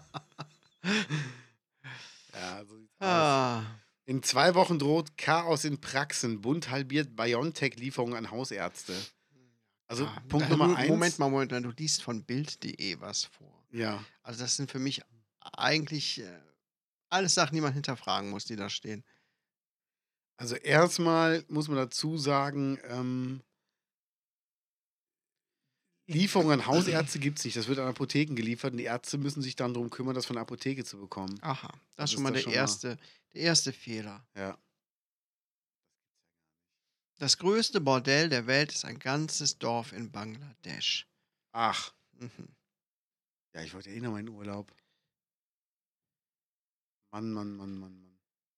Ja, so sieht's aus. ah. In zwei Wochen droht Chaos in Praxen. Bund halbiert BioNTech-Lieferungen an Hausärzte. Also Ah, Punkt äh, Nummer Mo- eins. Moment mal, Moment mal, du liest von Bild punkt de was vor. Ja. Also das sind für mich eigentlich äh, alles Sachen, die man hinterfragen muss, die da stehen. Also erstmal muss man dazu sagen, ähm, Lieferungen an Hausärzte gibt es nicht. Das wird an Apotheken geliefert und die Ärzte müssen sich dann darum kümmern, das von der Apotheke zu bekommen. Aha, das Das ist schon ist mal doch der schon mal- erste, der erste Fehler. Ja. Das größte Bordell der Welt ist ein ganzes Dorf in Bangladesch. Ach. Mhm. Ja, ich wollte eh noch mal in Urlaub. Mann, Mann, Mann, Mann, Mann.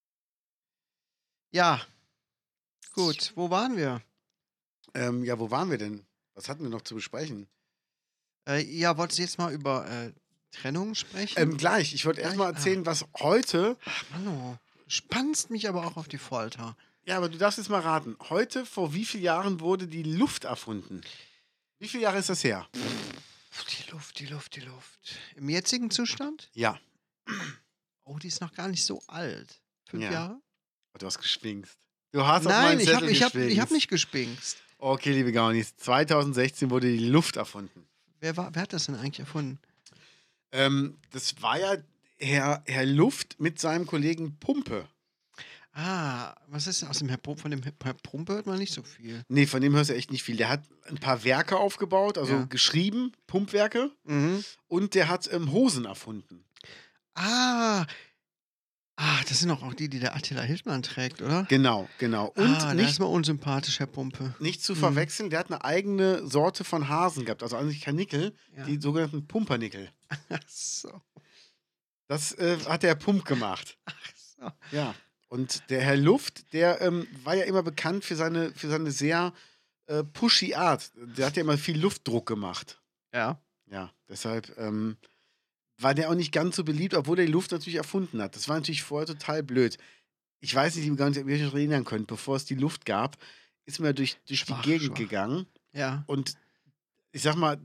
Ja, gut, wo waren wir? Ähm, ja, wo waren wir denn? Was hatten wir noch zu besprechen? Äh, ja, wolltest du jetzt mal über äh, Trennung sprechen? Ähm, gleich. Ich wollte erst mal Gleich? erzählen, was heute. Ach, Mano, du spannst mich aber auch auf die Folter. Ja, aber du darfst jetzt mal raten. Heute, vor wie vielen Jahren wurde die Luft erfunden? Wie viele Jahre ist das her? Die Luft, die Luft, die Luft. Im jetzigen Zustand? Ja. Oh, die ist noch gar nicht so alt. Fünf Ja. Jahre? Oh, du hast gespinkst. Du hast auf Nein, meinen ich habe Zettel ich hab, ich hab gespinkst. nicht gespinkst. Okay, liebe Gaunis. zweitausendsechzehn wurde die Luft erfunden. Wer, war, wer hat das denn eigentlich erfunden? Ähm, das war ja Herr, Herr Luft mit seinem Kollegen Pumpe. Ah, was ist denn aus dem Herr Pumpe? Von dem Herr Pumpe hört man nicht so viel. Nee, von dem hörst du echt nicht viel. Der hat ein paar Werke aufgebaut, also Ja. geschrieben, Pumpwerke. Mhm. Und der hat ähm, Hosen erfunden. Ah, ah, das sind doch auch die, die der Attila Hildmann trägt, oder? Genau, genau. Und ah, der nicht, ist mal unsympathisch, Herr Pumpe. nicht zu Mhm. verwechseln, der hat eine eigene Sorte von Hasen gehabt. Also eigentlich kein Nickel, Ja. die sogenannten Pumpernickel. Ach so. Das äh, hat der Pump gemacht. Ach so. Ja. Und der Herr Luft, der ähm, war ja immer bekannt für seine, für seine sehr äh, pushy Art. Der hat ja immer viel Luftdruck gemacht. Ja. Ja, deshalb ähm, war der auch nicht ganz so beliebt, obwohl er die Luft natürlich erfunden hat. Das war natürlich vorher total blöd. Ich weiß nicht, wie gar nicht, ob ihr euch noch erinnern könnt, bevor es die Luft gab, ist man ja durch, durch Schwach, die Gegend schwach. gegangen. Ja. Und ich sag mal,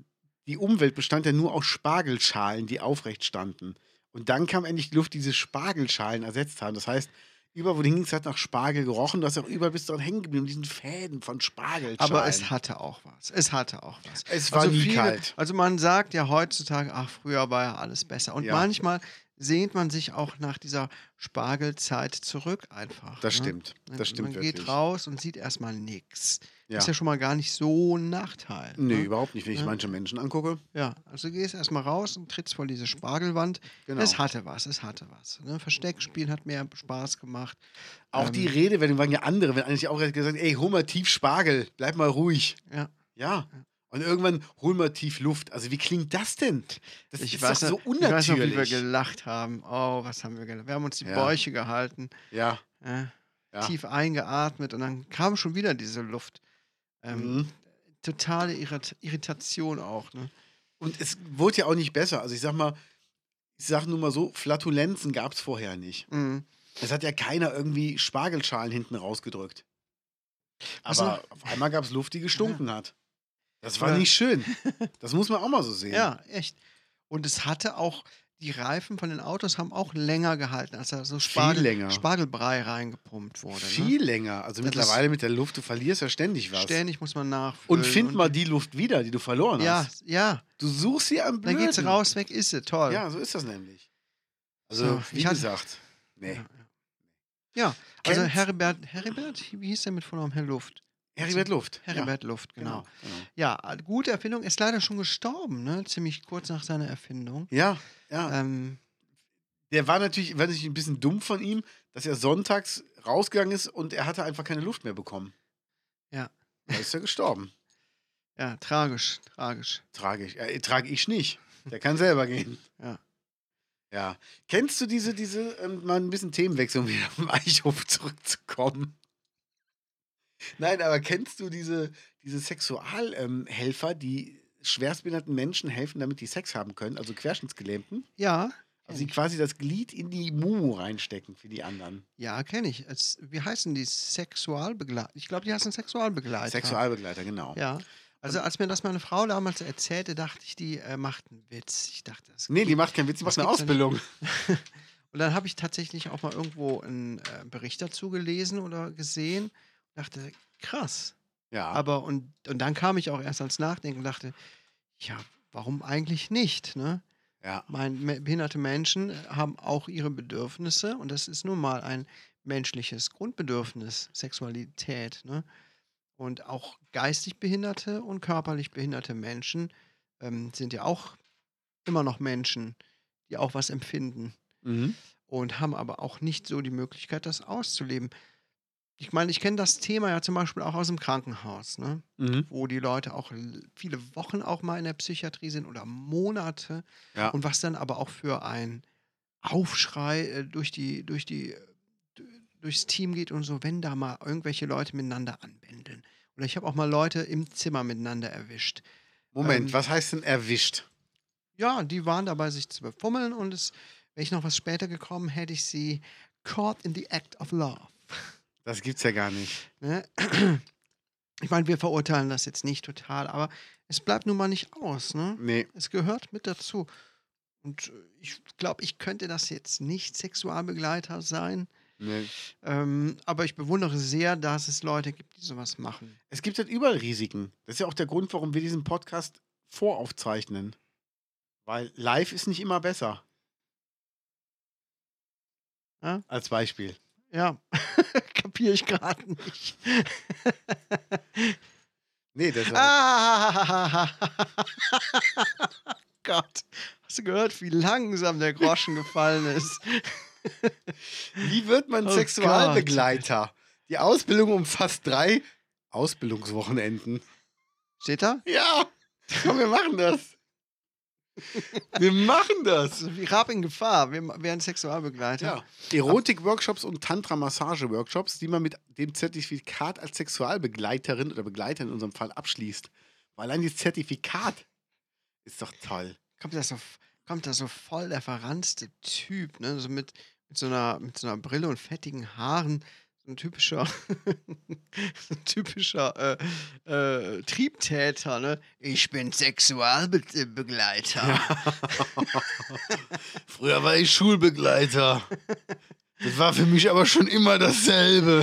die Umwelt bestand ja nur aus Spargelschalen, die aufrecht standen. Und dann kam endlich die Luft, die diese Spargelschalen ersetzt haben. Das heißt, überall, wo du hingingst, hat nach Spargel gerochen. Du hast auch überall bist dran hängen geblieben, diesen Fäden von Spargelschalen. Aber es hatte auch was. Es hatte auch was. Es war nie kalt. Also man sagt ja heutzutage, ach, früher war ja alles besser. Und Ja. manchmal sehnt man sich auch nach dieser Spargelzeit zurück einfach. Das ne? stimmt. Das stimmt Man wirklich. geht raus und sieht erstmal nichts. Ja. Ist ja schon mal gar nicht so ein Nachteil. Nee, ne? überhaupt nicht, wenn ich Ja. manche Menschen angucke. Ja, also du gehst erstmal raus und trittst vor diese Spargelwand. Genau. Es hatte was, es hatte was. Ne? Versteckspielen hat mehr Spaß gemacht. Auch Ähm, die Redewendung waren ja andere, wenn eigentlich auch gesagt, ey, hol mal tief Spargel, bleib mal ruhig. Ja. Ja. Und irgendwann hol mal tief Luft. Also wie klingt das denn? Das Ich ist weiß, doch so noch, ich weiß noch, wie wir unnatürlich. gelacht haben. Oh, was haben wir gelacht. Wir haben uns die Ja. Bäuche gehalten, Ja. äh, Ja. tief eingeatmet und dann kam schon wieder diese Luft. Ähm, Mhm. Totale Irrit Irritation auch. Ne? Und es wurde ja auch nicht besser. Also ich sag mal, ich sag nur mal so, Flatulenzen gab es vorher nicht. Mhm. Es hat ja keiner irgendwie Spargelschalen hinten rausgedrückt. Was Aber noch? auf einmal gab es Luft, die gestunken hat. Das war Ja. nicht schön. Das muss man auch mal so sehen. Ja, echt. Und es hatte auch, die Reifen von den Autos haben auch länger gehalten, als da so Spargel, länger. Spargelbrei reingepumpt wurde. Viel länger. Also Das mittlerweile mit der Luft, du verlierst ja ständig Ne? was. Ständig muss man nachfüllen. Und find mal die Luft wieder, die du verloren Ja, hast. ja. Du suchst sie am Dann Blöden. geht's raus, weg ist sie. Toll. Ja, so ist das nämlich. Also, So, wie ich hatte- gesagt, nee. Ja, ja. Ja, also Kennt- Heribert, Heribert, wie hieß der mit Vornamen? Herr Luft. Heribert Luft. Heribert Luft, Ja, genau. genau. Ja, gute Erfindung. Ist leider schon gestorben, ne? Ziemlich kurz nach seiner Erfindung. Ja, ja. Ähm, Der war natürlich, war natürlich ein bisschen dumm von ihm, dass er sonntags rausgegangen ist und er hatte einfach keine Luft mehr bekommen. Ja. Da ist er gestorben. ja, tragisch, tragisch. Tragisch. Äh, trage ich nicht. Der kann selber gehen. Ja. Ja. Kennst du diese, diese, ähm, mal ein bisschen Themenwechsel, um wieder auf den Eichhof zurückzukommen? Nein, aber kennst du diese, diese Sexualhelfer, die schwerstbehinderten Menschen helfen, damit die Sex haben können, also Querschnittsgelähmten? Ja, Also die quasi das Glied in die Mumu reinstecken für die anderen. ja, kenne ich. Es, wie heißen die? Sexualbegleiter. Ich glaube, die heißen Sexualbegleiter. Sexualbegleiter, genau. Ja. Also als mir das meine Frau damals erzählte, dachte ich, die äh, macht einen Witz. Ich dachte, das Nee, die macht keinen Witz, die Das macht eine gibt's ja nicht. Ausbildung. Und dann habe ich tatsächlich auch mal irgendwo einen äh, Bericht dazu gelesen oder gesehen und dachte, krass. Ja. Aber und, und dann kam ich auch erst ans Nachdenken und dachte, ja, warum eigentlich nicht? Ne? ja. Mein, me- behinderte Menschen haben auch ihre Bedürfnisse und das ist nun mal ein menschliches Grundbedürfnis, Sexualität. Ne? Und auch geistig behinderte und körperlich behinderte Menschen ähm, sind ja auch immer noch Menschen, die auch was empfinden Mhm. und haben aber auch nicht so die Möglichkeit, das auszuleben. Ich meine, ich kenne das Thema ja zum Beispiel auch aus dem Krankenhaus, ne? Mhm. Wo die Leute auch l- viele Wochen auch mal in der Psychiatrie sind oder Monate Ja. und was dann aber auch für ein Aufschrei äh, durch die, durch die, äh, d- durchs Team geht und so, wenn da mal irgendwelche Leute miteinander anbändeln. Oder ich habe auch mal Leute im Zimmer miteinander erwischt. Moment, Ähm, was heißt denn erwischt? Ja, die waren dabei, sich zu befummeln und es, wäre ich noch was später gekommen, hätte ich sie caught in the act of love. Das gibt's ja gar nicht. Ne? Ich meine, wir verurteilen das jetzt nicht total, aber es bleibt nun mal nicht aus. Ne? Nee. Es gehört mit dazu. Und äh, ich glaube, ich könnte das jetzt nicht Sexualbegleiter sein, nee. ähm, aber ich bewundere sehr, dass es Leute gibt, die sowas machen. Es gibt halt überall Risiken. Das ist ja auch der Grund, warum wir diesen Podcast voraufzeichnen. Weil live ist nicht immer besser. Ja? Als Beispiel. Ja, kapiere ich gerade nicht. Nee, das Ah, Gott, hast du gehört, wie langsam der Groschen gefallen ist? Wie wird man Oh Sexualbegleiter? Die Ausbildung umfasst drei Ausbildungswochenenden. Steht da? Ja, komm, wir machen das. Wir machen das. Also wie Rab in Gefahr, wir werden Sexualbegleiter. Ja. Erotik-Workshops und Tantra-Massage-Workshops, die man mit dem Zertifikat als Sexualbegleiterin oder Begleiter in unserem Fall abschließt. Weil allein das Zertifikat ist doch toll. Kommt da so, kommt da so voll der verranzte Typ, ne? So mit, mit, so einer, mit so einer Brille und fettigen Haaren, so ein typischer, so ein typischer äh, äh, Triebtäter, ne? Ich bin Sexualbegleiter. Ja. Früher war ich Schulbegleiter. Das war für mich aber schon immer dasselbe.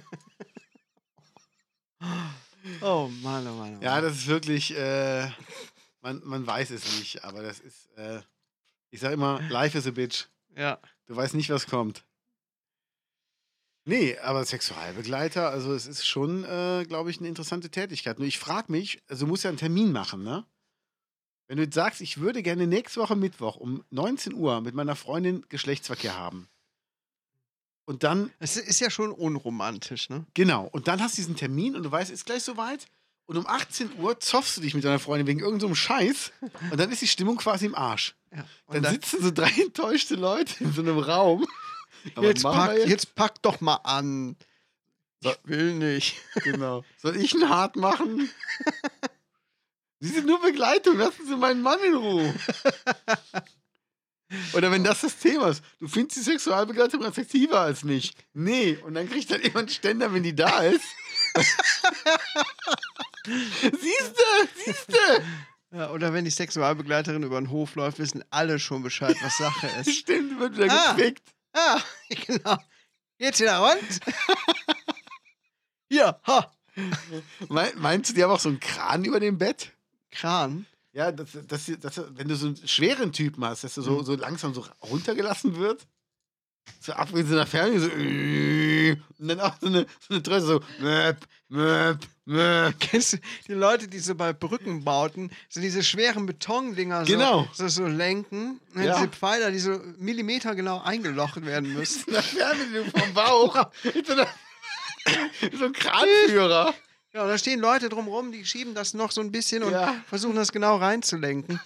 Oh Mann, oh Mann, oh Mann. Ja, das ist wirklich, äh, man, man weiß es nicht, aber das ist, äh, ich sag immer, life is a bitch. Ja. Du weißt nicht, was kommt. Nee, aber Sexualbegleiter, also es ist schon, äh, glaube ich, eine interessante Tätigkeit. Nur ich frage mich, also du musst ja einen Termin machen, ne? Wenn du jetzt sagst, ich würde gerne nächste Woche Mittwoch um neunzehn Uhr mit meiner Freundin Geschlechtsverkehr haben. Und dann, Es ist ja schon unromantisch, ne? genau, und dann hast du diesen Termin und du weißt, es ist gleich soweit. Und um achtzehn Uhr zoffst du dich mit deiner Freundin wegen irgendeinem so Scheiß. Und dann ist die Stimmung quasi im Arsch. Ja. Und Dann, dann, sitzen so drei enttäuschte Leute in so einem Raum. Aber jetzt, machen pack, wir jetzt? pack doch mal an. So. Ich will nicht. Genau. Soll ich einen Hart machen? Sie sind nur Begleitung, lassen Sie meinen Mann in Ruhe. Oder wenn das das Thema ist, du findest die Sexualbegleitung attraktiver als mich. Nee, und dann kriegt dann jemand Ständer, wenn die da ist. Siehste, siehste. Ja, oder wenn die Sexualbegleiterin über den Hof läuft, wissen alle schon Bescheid, was Sache ist. Stimmt, wird wieder Ah. gefickt. Ah, genau. Jetzt wieder rund. Hier, ha. Mein, meinst du, die haben auch so einen Kran über dem Bett? Kran. Ja, dass, dass, dass, wenn du so einen schweren Typen hast, dass er so, so langsam so runtergelassen wird. So ab wie in so einer Ferne, so. Und dann auch so eine, so eine Tröte, so. Möp, möp, möp. Kennst du die Leute, die so bei Brückenbauten so diese schweren Betondinger so, Genau. so, so lenken? Ne, Ja. Diese Pfeiler, die so millimetergenau eingelocht werden müssen. In der Fernbedienung vom Bauch. Mit so, einer, so ein Kranführer. Ja, und da stehen Leute drumrum, die schieben das noch so ein bisschen und Ja. versuchen das genau reinzulenken.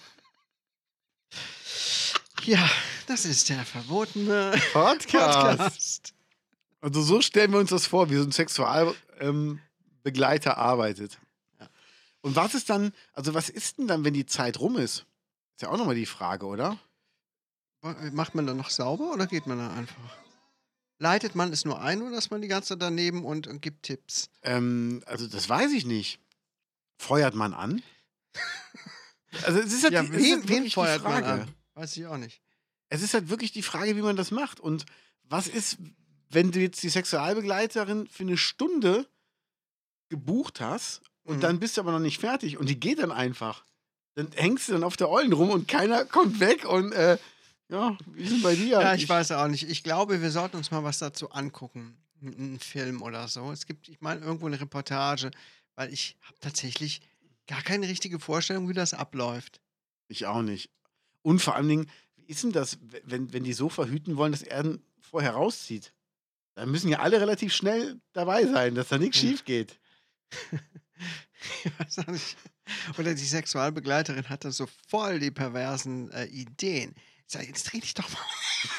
Ja, das ist der verbotene Podcast. Podcast. Also so stellen wir uns das vor, wie so ein Sexualbegleiter ähm, Begleiter arbeitet. Ja. Und was ist dann, also was ist denn dann, wenn die Zeit rum ist? Ist ja auch nochmal die Frage, oder? Macht man dann noch sauber oder geht man da einfach? Leitet man es nur ein oder ist man die ganze Zeit daneben und, und gibt Tipps? Ähm, also das weiß ich nicht. Feuert man an? Also es ist halt, Ja, die- es ist wen, halt wen wirklich die feuert man Frage. an? Weiß ich auch nicht. Es ist halt wirklich die Frage, wie man das macht. Und was ist, wenn du jetzt die Sexualbegleiterin für eine Stunde gebucht hast und Mhm. dann bist du aber noch nicht fertig und die geht dann einfach. Dann hängst du dann auf der Eulen rum und keiner kommt weg und äh, ja, wie ist denn bei dir? Ja, ich weiß auch nicht. Ich glaube, wir sollten uns mal was dazu angucken. Einen Film oder so. Es gibt, ich meine, irgendwo eine Reportage, weil ich habe tatsächlich gar keine richtige Vorstellung, wie das abläuft. Ich auch nicht. Und vor allen Dingen, wie ist denn das, wenn, wenn die so verhüten wollen, dass er dann vorher rauszieht? Dann müssen ja alle relativ schnell dabei sein, dass da nichts Ja. schief geht. Ich weiß auch nicht. Oder die Sexualbegleiterin hatte so voll die perversen äh, Ideen. Ich sag, jetzt dreh dich doch mal.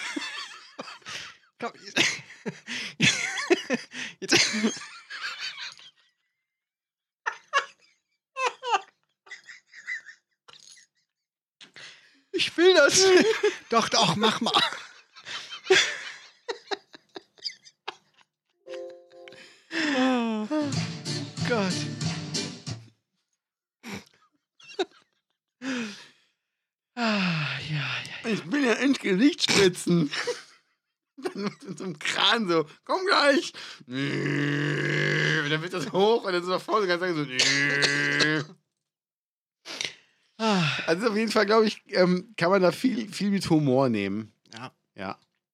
Komm, jetzt. Ich will das. Doch, doch, mach mal. Oh Gott. Ah, ja, ja. Ich will ja ins Gesicht spritzen. Dann mit so einem Kran so, komm gleich. Und dann wird das hoch und dann so nach vorne ganz sagen so. Ah, Also auf jeden Fall, glaube ich, ähm, kann man da viel, viel mit Humor nehmen. ja. Ja.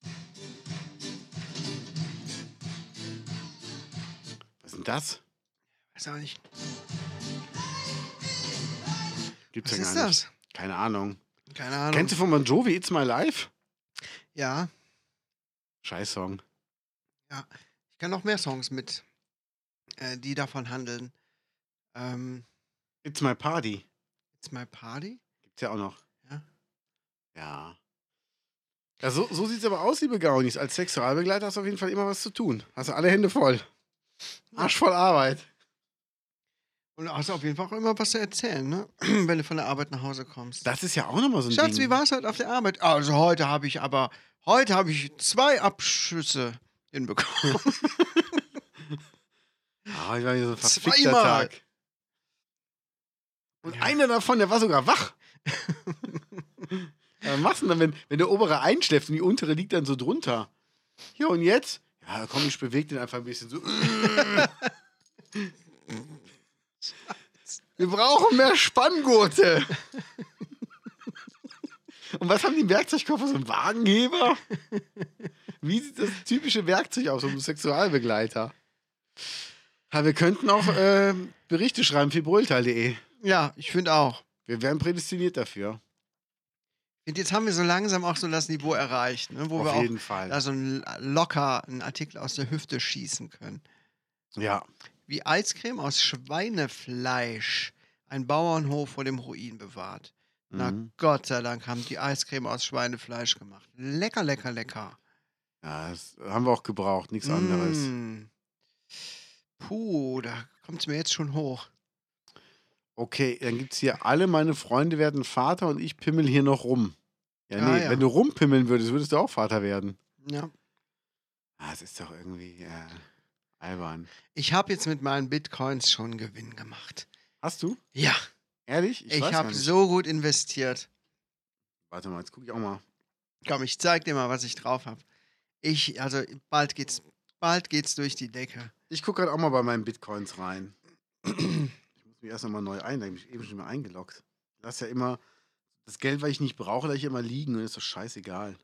Was ist denn das? Weiß auch nicht. Gibt's Was ja ist gar nicht. das? Keine Ahnung. Keine Ahnung. Kennst du von Bon Jovi It's My Life? Ja, Scheiß Song. ich kann noch mehr Songs mit, äh, die davon handeln. Ähm, It's My Party. It's My Party? Gibt's ja auch noch. Ja. Ja. Ja, so, so sieht's aber aus, liebe Gaunis. Als Sexualbegleiter hast du auf jeden Fall immer was zu tun. Hast du alle Hände voll. Arsch voll Arbeit. Und hast auf jeden Fall auch immer was zu erzählen, ne? Wenn du von der Arbeit nach Hause kommst. Das ist ja auch nochmal so ein Schatz, Ding. wie war es heute auf der Arbeit? Also heute habe ich aber, heute habe ich zwei Abschüsse. hinbekommen. Ah, ich war hier so ein verfickter Zweimal. Tag. Und Ja. einer davon, der war sogar wach. Ja, was machst du denn dann, wenn, wenn der obere einschläft und die untere liegt dann so drunter? Ja, und jetzt? Ja, komm, ich bewege den einfach ein bisschen so. Wir brauchen mehr Spanngurte. Und was haben die im Werkzeugkoffer? So einen Wagenheber? Wie sieht das typische Werkzeug aus, so ein Sexualbegleiter? Ja, wir könnten auch äh, Berichte schreiben für brüllteil punkt de. Ja, ich finde auch. Wir wären prädestiniert dafür. Und jetzt haben wir so langsam auch so das Niveau erreicht, ne, wo wir Auf auch jeden Fall. da so ein, locker einen Artikel aus der Hüfte schießen können. Ja. Wie Eiscreme aus Schweinefleisch ein Bauernhof vor dem Ruin bewahrt. Na Mhm. Gott sei Dank haben die Eiscreme aus Schweinefleisch gemacht. Lecker, lecker, lecker. Ja, das haben wir auch gebraucht, nichts anderes. Mm. Puh, da kommt es mir jetzt schon hoch. Okay, dann gibt's hier alle meine Freunde werden Vater und ich pimmel hier noch rum. Ja, Ah, nee, ja. wenn du rumpimmeln würdest, würdest du auch Vater werden. Ja. Ah, das ist doch irgendwie äh, albern. Ich habe jetzt mit meinen Bitcoins schon Gewinn gemacht. Hast du? Ja, Ehrlich? ich, weiß gar habe nicht. so gut investiert. Warte mal, jetzt gucke ich auch mal. Komm, ich zeig dir mal, was ich drauf habe. Ich, also bald geht's, bald geht's durch die Decke. Ich gucke gerade auch mal bei meinen Bitcoins rein. Ich muss mich erst nochmal neu einloggen. Ich bin eben schon mal eingeloggt. Ich lasse ja immer das Geld, was ich nicht brauche, lasse ich immer liegen und ist doch scheißegal.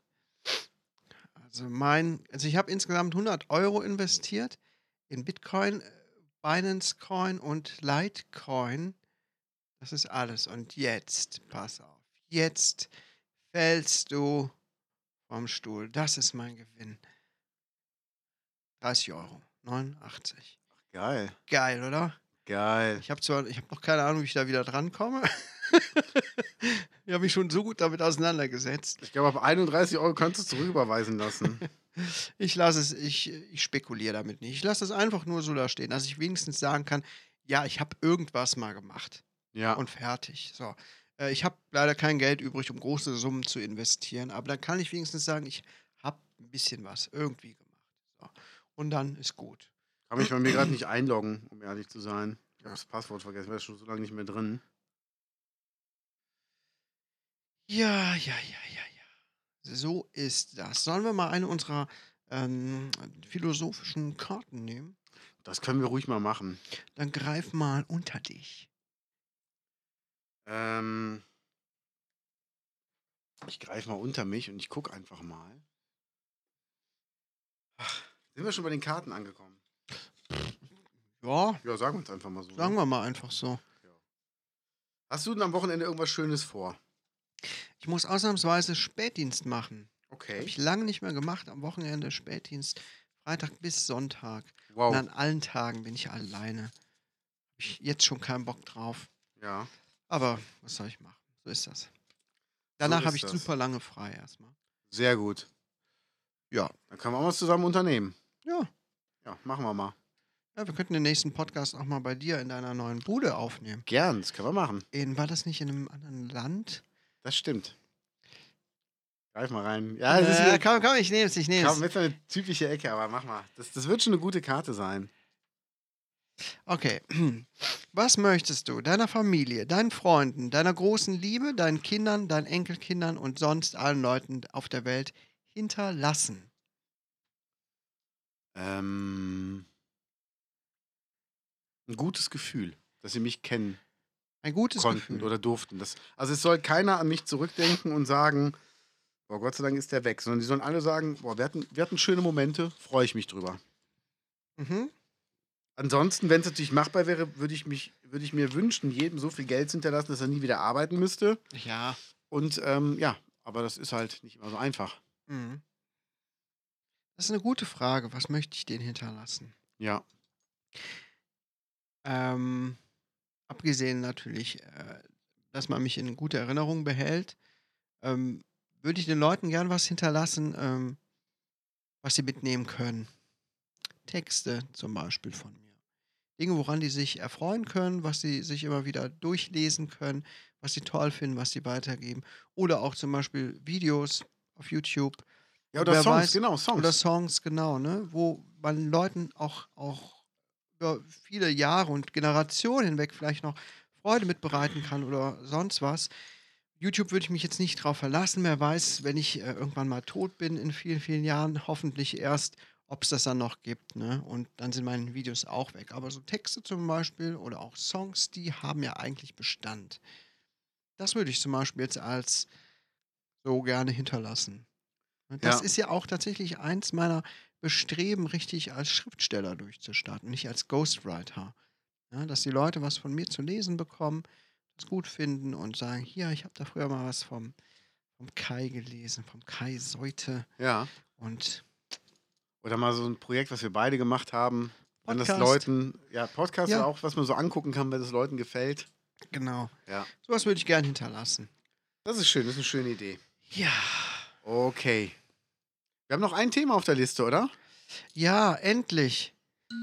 Also mein, also ich habe insgesamt hundert Euro investiert in Bitcoin, äh, Binance Coin und Litecoin. Das ist alles. Und jetzt, pass auf, jetzt fällst du vom Stuhl. Das ist mein Gewinn. dreißig Euro, neunundachtzig. Geil. Geil, oder? Geil. Ich habe zwar, ich habe noch keine Ahnung, wie ich da wieder drankomme. Ich habe mich schon so gut damit auseinandergesetzt. Ich glaube, ab einunddreißig Euro kannst du es zurücküberweisen lassen. Ich lasse es, ich, ich spekuliere damit nicht. Ich lasse es einfach nur so da stehen, dass ich wenigstens sagen kann, ja, ich habe irgendwas mal gemacht Ja. und fertig. So. Äh, ich habe leider kein Geld übrig, um große Summen zu investieren, aber dann kann ich wenigstens sagen, ich habe ein bisschen was irgendwie gemacht. So. Und dann ist gut. Kann mich bei mir gerade nicht einloggen, um ehrlich zu sein. Ich habe das Passwort vergessen, war schon so lange nicht mehr drin. Ja, ja, ja, ja, ja. So ist das. Sollen wir mal eine unserer ähm, philosophischen Karten nehmen? Das können wir ruhig mal machen. Dann greif mal unter dich. Ähm, ich greife mal unter mich und ich gucke einfach mal. Ach, sind wir schon bei den Karten angekommen? Ja, Ja, sagen wir uns einfach mal so. sagen ne? wir mal einfach so. Hast du denn am Wochenende irgendwas Schönes vor? Ich muss ausnahmsweise Spätdienst machen. Habe Okay. ich lange nicht mehr gemacht. Am Wochenende Spätdienst. Freitag bis Sonntag. Und Wow. an allen Tagen bin ich alleine. Hab ich jetzt schon keinen Bock drauf. Ja. Aber was soll ich machen? So ist das. Danach ist habe ich das. super lange frei erstmal. Sehr gut. Ja. Dann können wir auch was zusammen unternehmen. Ja. Ja, machen wir mal. Ja, wir könnten den nächsten Podcast auch mal bei dir in deiner neuen Bude aufnehmen. Gern, das können wir machen. In, war das nicht in einem anderen Land? Das stimmt. Greif mal rein. Ja, das ist äh, wieder, komm, komm, ich nehme es, ich nehme komm, es. jetzt eine typische Ecke, aber mach mal. Das, das wird schon eine gute Karte sein. Okay. Was möchtest du deiner Familie, deinen Freunden, deiner großen Liebe, deinen Kindern, deinen Enkelkindern und sonst allen Leuten auf der Welt hinterlassen? Ähm, ein gutes Gefühl, dass sie mich kennen Ein gutes konnten Gefühl. oder durften. Das, also es soll keiner an mich zurückdenken und sagen, boah, Gott sei Dank ist der weg, sondern die sollen alle sagen, boah, wir hatten, wir hatten schöne Momente, freue ich mich drüber. Mhm. Ansonsten, wenn es natürlich machbar wäre, würde ich, mich, würde ich mir wünschen, jedem so viel Geld zu hinterlassen, dass er nie wieder arbeiten müsste. Ja. Und ähm, ja, aber das ist halt nicht immer so einfach. Mhm. Das ist eine gute Frage. Was möchte ich denen hinterlassen? Ja. Ähm, abgesehen natürlich, äh, dass man mich in gute Erinnerung behält, ähm, würde ich den Leuten gern was hinterlassen, ähm, was sie mitnehmen können. Texte zum Beispiel von mir. Dinge, woran die sich erfreuen können, was sie sich immer wieder durchlesen können, was sie toll finden, was sie weitergeben. Oder auch zum Beispiel Videos auf YouTube, Ja, oder Wer Songs, weiß- genau, Songs. Oder Songs, genau, ne? Wo man Leuten auch, auch über viele Jahre und Generationen hinweg vielleicht noch Freude mitbereiten kann oder sonst was. YouTube würde ich mich jetzt nicht drauf verlassen. Wer weiß, wenn ich äh, irgendwann mal tot bin in vielen, vielen Jahren, hoffentlich erst, ob es das dann noch gibt, ne? Und dann sind meine Videos auch weg. Aber so Texte zum Beispiel oder auch Songs, die haben ja eigentlich Bestand. Das würde ich zum Beispiel jetzt als so gerne hinterlassen. Und Das Ja. ist ja auch tatsächlich eins meiner Bestreben, richtig als Schriftsteller durchzustarten, nicht als Ghostwriter. Ja, dass die Leute was von mir zu lesen bekommen, das gut finden und sagen, hier, ich habe da früher mal was vom, vom Kai gelesen, vom Kai Seute. Ja. Und Oder mal so ein Projekt, was wir beide gemacht haben. Wenn das Podcast. Leuten, ja, Podcast Ja. oder auch, was man so angucken kann, wenn es Leuten gefällt. genau, Ja. sowas würde ich gern hinterlassen. Das ist schön, das ist eine schöne Idee. Ja, Okay. Wir haben noch ein Thema auf der Liste, oder? ja, endlich.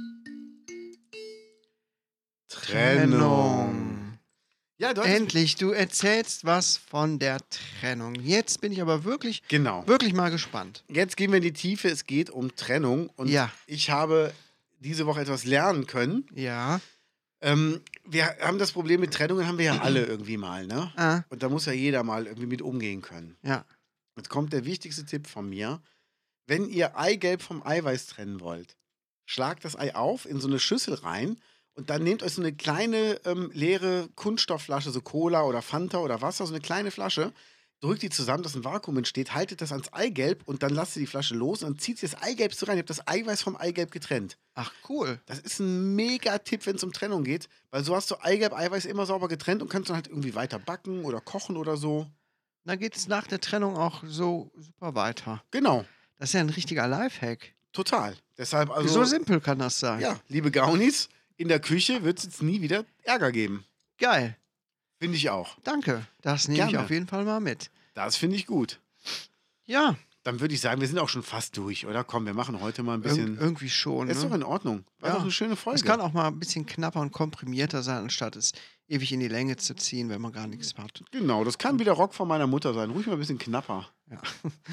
Ja, du hattest, Endlich, du erzählst was von der Trennung. Jetzt bin ich aber wirklich, genau. wirklich mal gespannt. Jetzt gehen wir in die Tiefe. Es geht um Trennung. Und Ja. ich habe diese Woche etwas lernen können. Ja. Ähm, wir haben das Problem mit Trennungen, haben wir ja alle irgendwie mal, ne? Ah, Und da muss ja jeder mal irgendwie mit umgehen können. ja. Jetzt kommt der wichtigste Tipp von mir. Wenn ihr Eigelb vom Eiweiß trennen wollt, schlagt das Ei auf in so eine Schüssel rein und dann nehmt euch so eine kleine ähm, leere Kunststoffflasche, so Cola oder Fanta oder Wasser, so eine kleine Flasche, drückt die zusammen, dass ein Vakuum entsteht, haltet das ans Eigelb und dann lasst ihr die Flasche los und dann zieht ihr das Eigelb so rein. Ihr habt das Eiweiß vom Eigelb getrennt. Ach, cool. Das ist ein mega Tipp, wenn es um Trennung geht, weil so hast du Eigelb, Eiweiß immer sauber getrennt und kannst dann halt irgendwie weiter backen oder kochen oder so. Dann geht es nach der Trennung auch so super weiter. Genau, Das ist ja ein richtiger Lifehack. total. Deshalb also. so simpel kann das sein. Ja, liebe Gaunis, in der Küche wird es jetzt nie wieder Ärger geben. Geil. Finde ich auch. Danke. Das nehme ich Gerne. auf jeden Fall mal mit. Das finde ich gut. Ja, Dann würde ich sagen, wir sind auch schon fast durch, oder? Komm, wir machen heute mal ein bisschen. irg irgendwie schon. ist doch Ne? in Ordnung. War Ja. doch eine schöne Folge. Es kann auch mal ein bisschen knapper und komprimierter sein, anstatt es ewig in die Länge zu ziehen, wenn man gar nichts hat. Genau, das kann wieder Rock von meiner Mutter sein. Ruhig mal ein bisschen knapper. Ja.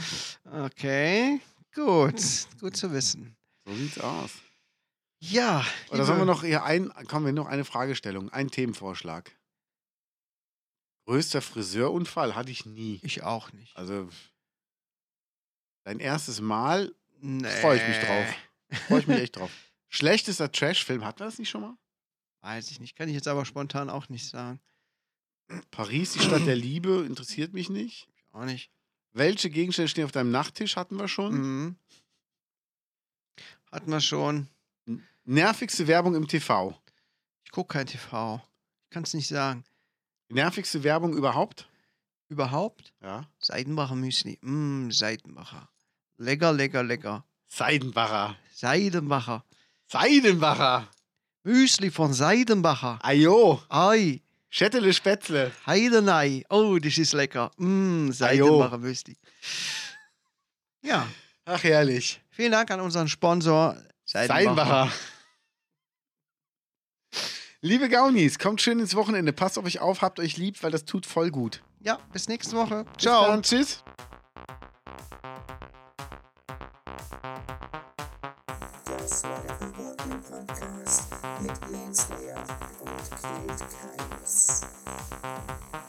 Okay, gut. Gut zu wissen. So sieht's aus. Ja. Oder sollen wir liebe- noch hier ein, kommen wir noch eine Fragestellung, einen Themenvorschlag. Größter Friseurunfall hatte ich nie. Ich auch nicht. Also dein erstes Mal Nee. freue ich mich drauf. Freue ich mich echt drauf. Schlechtester Trash-Film, hatten wir das nicht schon mal? Weiß ich nicht. Kann ich jetzt aber spontan auch nicht sagen. Paris, die Stadt der Liebe, interessiert mich nicht. Auch nicht. Welche Gegenstände stehen auf deinem Nachttisch, hatten wir schon. Mhm. Hatten wir schon. Nervigste Werbung im T V. Ich gucke kein T V. Ich kann es nicht sagen. Nervigste Werbung überhaupt? Überhaupt? Ja. Seidenbacher Müsli. Mm, Seidenbacher. Lecker, lecker, lecker. Seidenbacher. Seidenbacher. Seidenbacher. Müsli von Seidenbacher. Ajo. Ei. Schettele Spätzle. Heidenei. Oh, das ist lecker. Mm, Seidenbacher Müsli. Ja. Ach, herrlich. Vielen Dank an unseren Sponsor Seidenbacher. Seidenbacher. Liebe Gaunis, kommt schön ins Wochenende. Passt auf euch auf, habt euch lieb, weil das tut voll gut. Ja, bis nächste Woche. Bis Ciao. dann, tschüss. Das war der Revolting Podcast mit Lance Lear und Kate Keines.